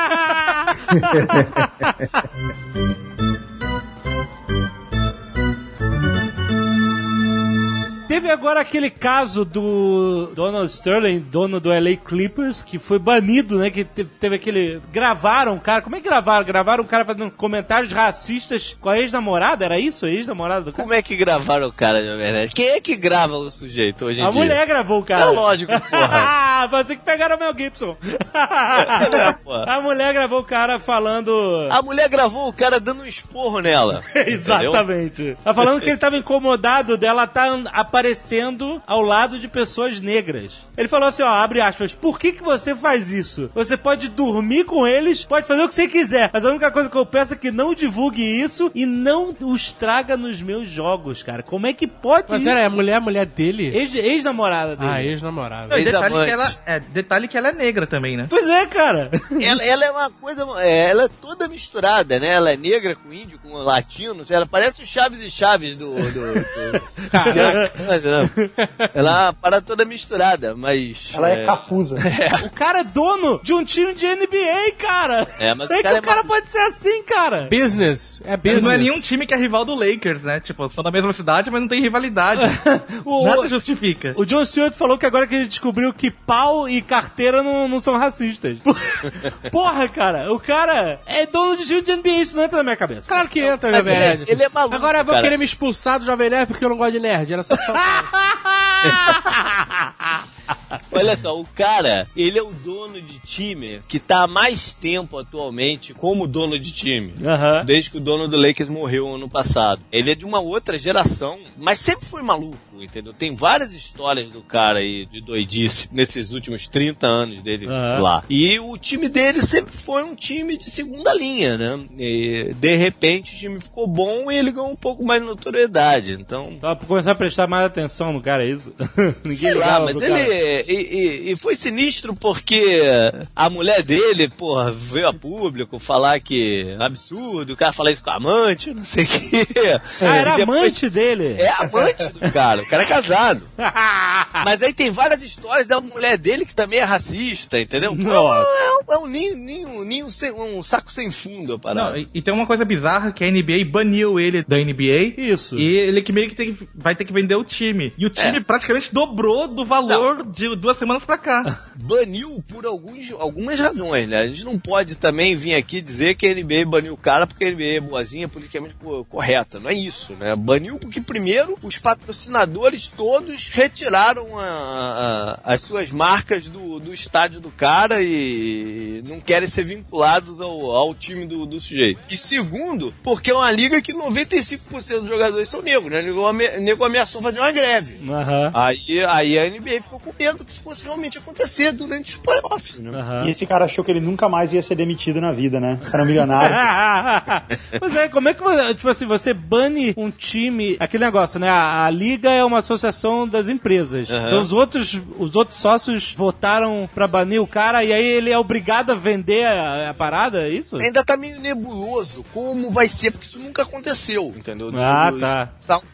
B: Teve agora aquele caso do Donald Sterling, dono do LA Clippers, que foi banido, né? Que teve aquele... Gravaram o cara... Como é que gravaram? Gravaram o cara fazendo comentários racistas com a ex-namorada? Era isso? A ex-namorada do cara?
I: Como é que gravaram o cara, na verdade? Quem é que grava o sujeito hoje em dia?
B: A mulher gravou o cara.
I: É lógico, porra.
B: Você que pegaram o Mel Gibson. A mulher gravou o cara falando...
I: A mulher gravou o cara dando um esporro nela.
B: Exatamente. Tá falando que ele tava incomodado dela tá aparecendo ao lado de pessoas negras. Ele falou assim, ó, abre aspas, por que você faz isso? Você pode dormir com eles, pode fazer o que você quiser, mas a única coisa que eu peço é que não divulgue isso e não os traga nos meus jogos, cara. Como é que pode
F: mas
B: isso?
F: Mas era a mulher dele?
B: Ex-namorada dele.
F: Ah, ex-namorada.
E: Detalhe que ela é negra também, né?
B: Pois é, cara.
I: Ela é uma coisa... ela é toda misturada, né? Ela é negra com índio, com latino. Ela parece o Chaves e Chaves do ela é uma parada toda misturada, mas...
D: Ela é cafusa.
B: O cara é dono de um time de NBA, cara.
I: Mas
B: o cara pode ser assim, cara.
F: Business. É business.
E: Não é nenhum time que é rival do Lakers, né? Tipo, são da mesma cidade, mas não tem rivalidade. Nada justifica.
B: O John Stewart falou que agora que ele descobriu que pau e carteira não são racistas. Porra, cara. O cara é dono de time de NBA, isso não entra na minha cabeça.
F: Claro que entra, Jovem Nerd.
I: Ele é maluco,
F: agora eu vou querer me expulsar do Jovem Nerd porque eu não gosto de nerd. Era só
I: Olha só, o cara, ele é o dono de time que tá há mais tempo atualmente como dono de time. Desde que o dono do Lakers morreu ano passado. Ele é de uma outra geração, mas sempre foi maluco, entendeu? Tem várias histórias do cara aí de doidice nesses últimos 30 anos dele lá. E o time dele sempre foi um time de segunda linha, né? E de repente o time ficou bom e ele ganhou um pouco mais de notoriedade. Então
B: pra começar a prestar mais atenção no cara, é isso? Ninguém
I: sei lá, mas ele... E foi sinistro porque a mulher dele, porra, veio a público falar que absurdo, o cara falar isso com a amante, não sei o quê.
B: Era depois, amante dele?
I: É amante do cara, o cara é casado. Mas aí tem várias histórias da mulher dele que também é racista, entendeu?
B: Nossa.
I: É um saco sem fundo a parada.
E: Não, e tem uma coisa bizarra que a NBA baniu ele da NBA.
B: Isso.
E: E ele que meio que vai ter que vender o time. E o time praticamente dobrou do valor de 2 semanas pra cá.
I: Baniu por algumas razões, né? A gente não pode também vir aqui dizer que a NBA baniu o cara porque a NBA é boazinha, politicamente correta. Não é isso, né? Baniu porque, primeiro, os patrocinadores todos retiraram as suas marcas do estádio do cara e não querem ser vinculados ao time do sujeito. E segundo, porque é uma liga que 95% dos jogadores são negros, né? O nego ameaçou fazer uma greve. Aí a NBA ficou com medo que isso fosse realmente acontecer durante os playoffs, né?
D: E esse cara achou que ele nunca mais ia ser demitido na vida, né? Era um milionário.
B: Pois é, como é que você, tipo assim, você bane um time, aquele negócio, né? A liga é uma associação das empresas. Então os outros sócios votaram pra banir o cara e aí ele é obrigado a vender a parada, é isso?
I: Ainda tá meio nebuloso como vai ser, porque isso nunca aconteceu, entendeu?
B: Tá.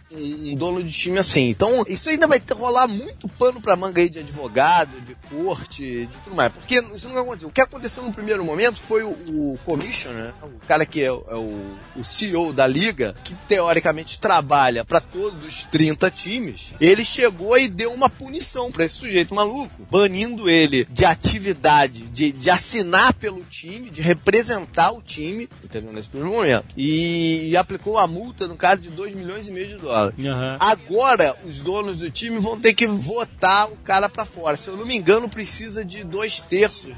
I: um dono de time assim. Então, isso ainda vai rolar muito pano pra manga aí de advogado, de corte, de tudo mais. Porque isso não aconteceu. O que aconteceu no primeiro momento foi o commissioner, o cara que é o CEO da liga, que teoricamente trabalha pra todos os 30 times, ele chegou e deu uma punição pra esse sujeito maluco, banindo ele de atividade, de assinar pelo time, de representar o time, entendeu? Nesse primeiro momento. E aplicou a multa no cara de $2,5 milhões. Uhum. Agora, os donos do time vão ter que votar o cara pra fora. Se eu não me engano, precisa de 2/3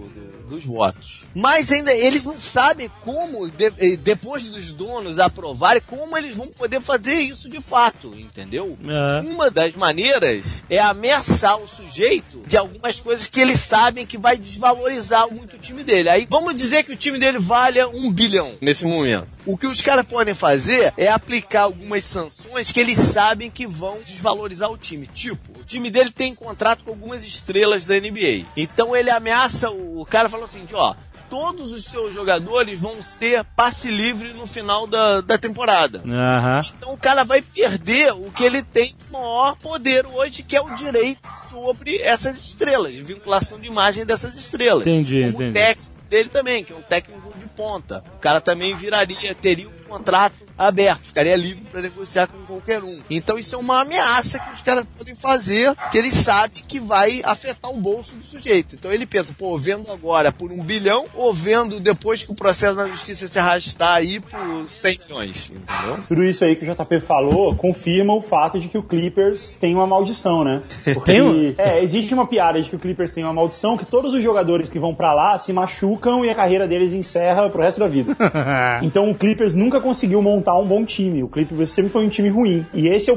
I: dos votos. Mas ainda eles não sabem como, depois dos donos aprovarem, como eles vão poder fazer isso de fato, entendeu? Uma das maneiras é ameaçar o sujeito de algumas coisas que eles sabem que vai desvalorizar muito o time dele. Aí vamos dizer que o time dele valha $1 bilhão nesse momento. O que os caras podem fazer é aplicar algumas sanções que eles sabem que vão desvalorizar o time. Tipo, o time dele tem contrato com algumas estrelas da NBA. Então ele ameaça o cara, falou assim, ó, todos os seus jogadores vão ter passe livre no final da temporada. Então o cara vai perder o que ele tem de maior poder hoje, que é o direito sobre essas estrelas, de vinculação de imagem dessas estrelas.
B: Entendi.
I: O técnico dele também, que é um técnico de ponta. O cara também teria um contrato aberto, ficaria livre para negociar com qualquer um. Então isso é uma ameaça que os caras podem fazer, que eles sabem que vai afetar o bolso do sujeito. Então ele pensa, pô, vendo agora por $1 bilhão ou vendo depois que o processo na justiça se arrastar aí por 100 milhões, entendeu?
D: Tudo isso aí que o JP falou confirma o fato de que o Clippers tem uma maldição, né? Porque existe uma piada de que o Clippers tem uma maldição, que todos os jogadores que vão pra lá se machucam e a carreira deles encerra pro resto da vida. Então o Clippers nunca conseguiu montar um bom time. O Clippers sempre foi um time ruim. E esse é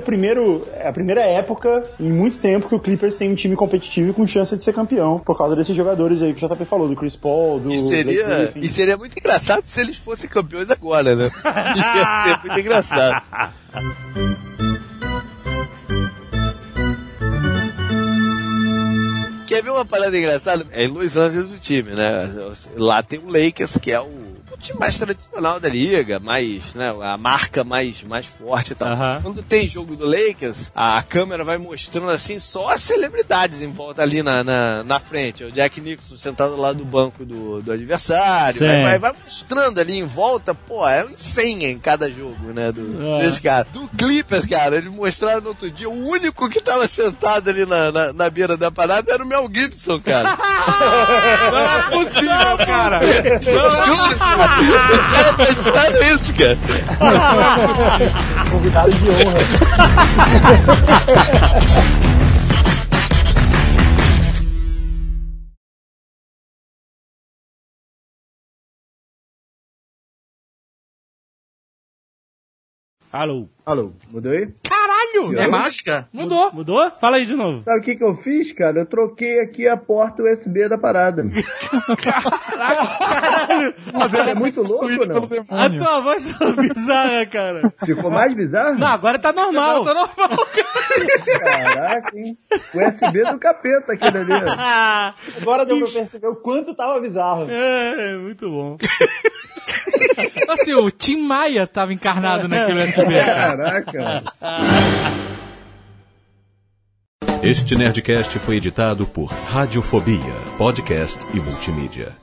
D: a primeira época em muito tempo que o Clippers tem um time competitivo e com chance de ser campeão, por causa desses jogadores aí que o JP falou, do Chris Paul, do...
I: E seria muito engraçado se eles fossem campeões agora, né? Ia ser muito engraçado. Quer ver uma parada engraçada? É em Los Angeles o time, né? Lá tem o Lakers, que é o time mais tradicional da liga, mais, né, a marca mais forte e tal. Quando tem jogo do Lakers, a câmera vai mostrando assim só as celebridades em volta ali na frente. O Jack Nicholson sentado lá do banco do adversário, vai mostrando ali em volta, pô, é uns 100 em cada jogo, né, dos caras. Do Clippers, cara, eles mostraram no outro dia, o único que tava sentado ali na beira da parada era o Mel Gibson, cara.
B: Não é possível, cara.
I: O cara pensando isso, cara.
D: Convidado de honra.
B: Alô.
C: Mudou aí?
F: Caralho!
E: É mágica?
B: Mudou? Fala aí de novo.
C: Sabe o que eu fiz, cara? Eu troquei aqui a porta USB da parada.
B: Caralho!
C: É muito louco ou não?
B: A tua voz tá bizarra, cara.
C: Ficou mais bizarro?
B: Não, agora tá normal.
C: Caraca, hein? USB do capeta aqui ali.
D: Agora deu pra perceber o quanto tava bizarro.
B: É, muito bom.
F: Assim, o Tim Maia tava encarnado naquele USB.
C: Caraca.
A: Este Nerdcast foi editado por Radiofobia, podcast e multimídia.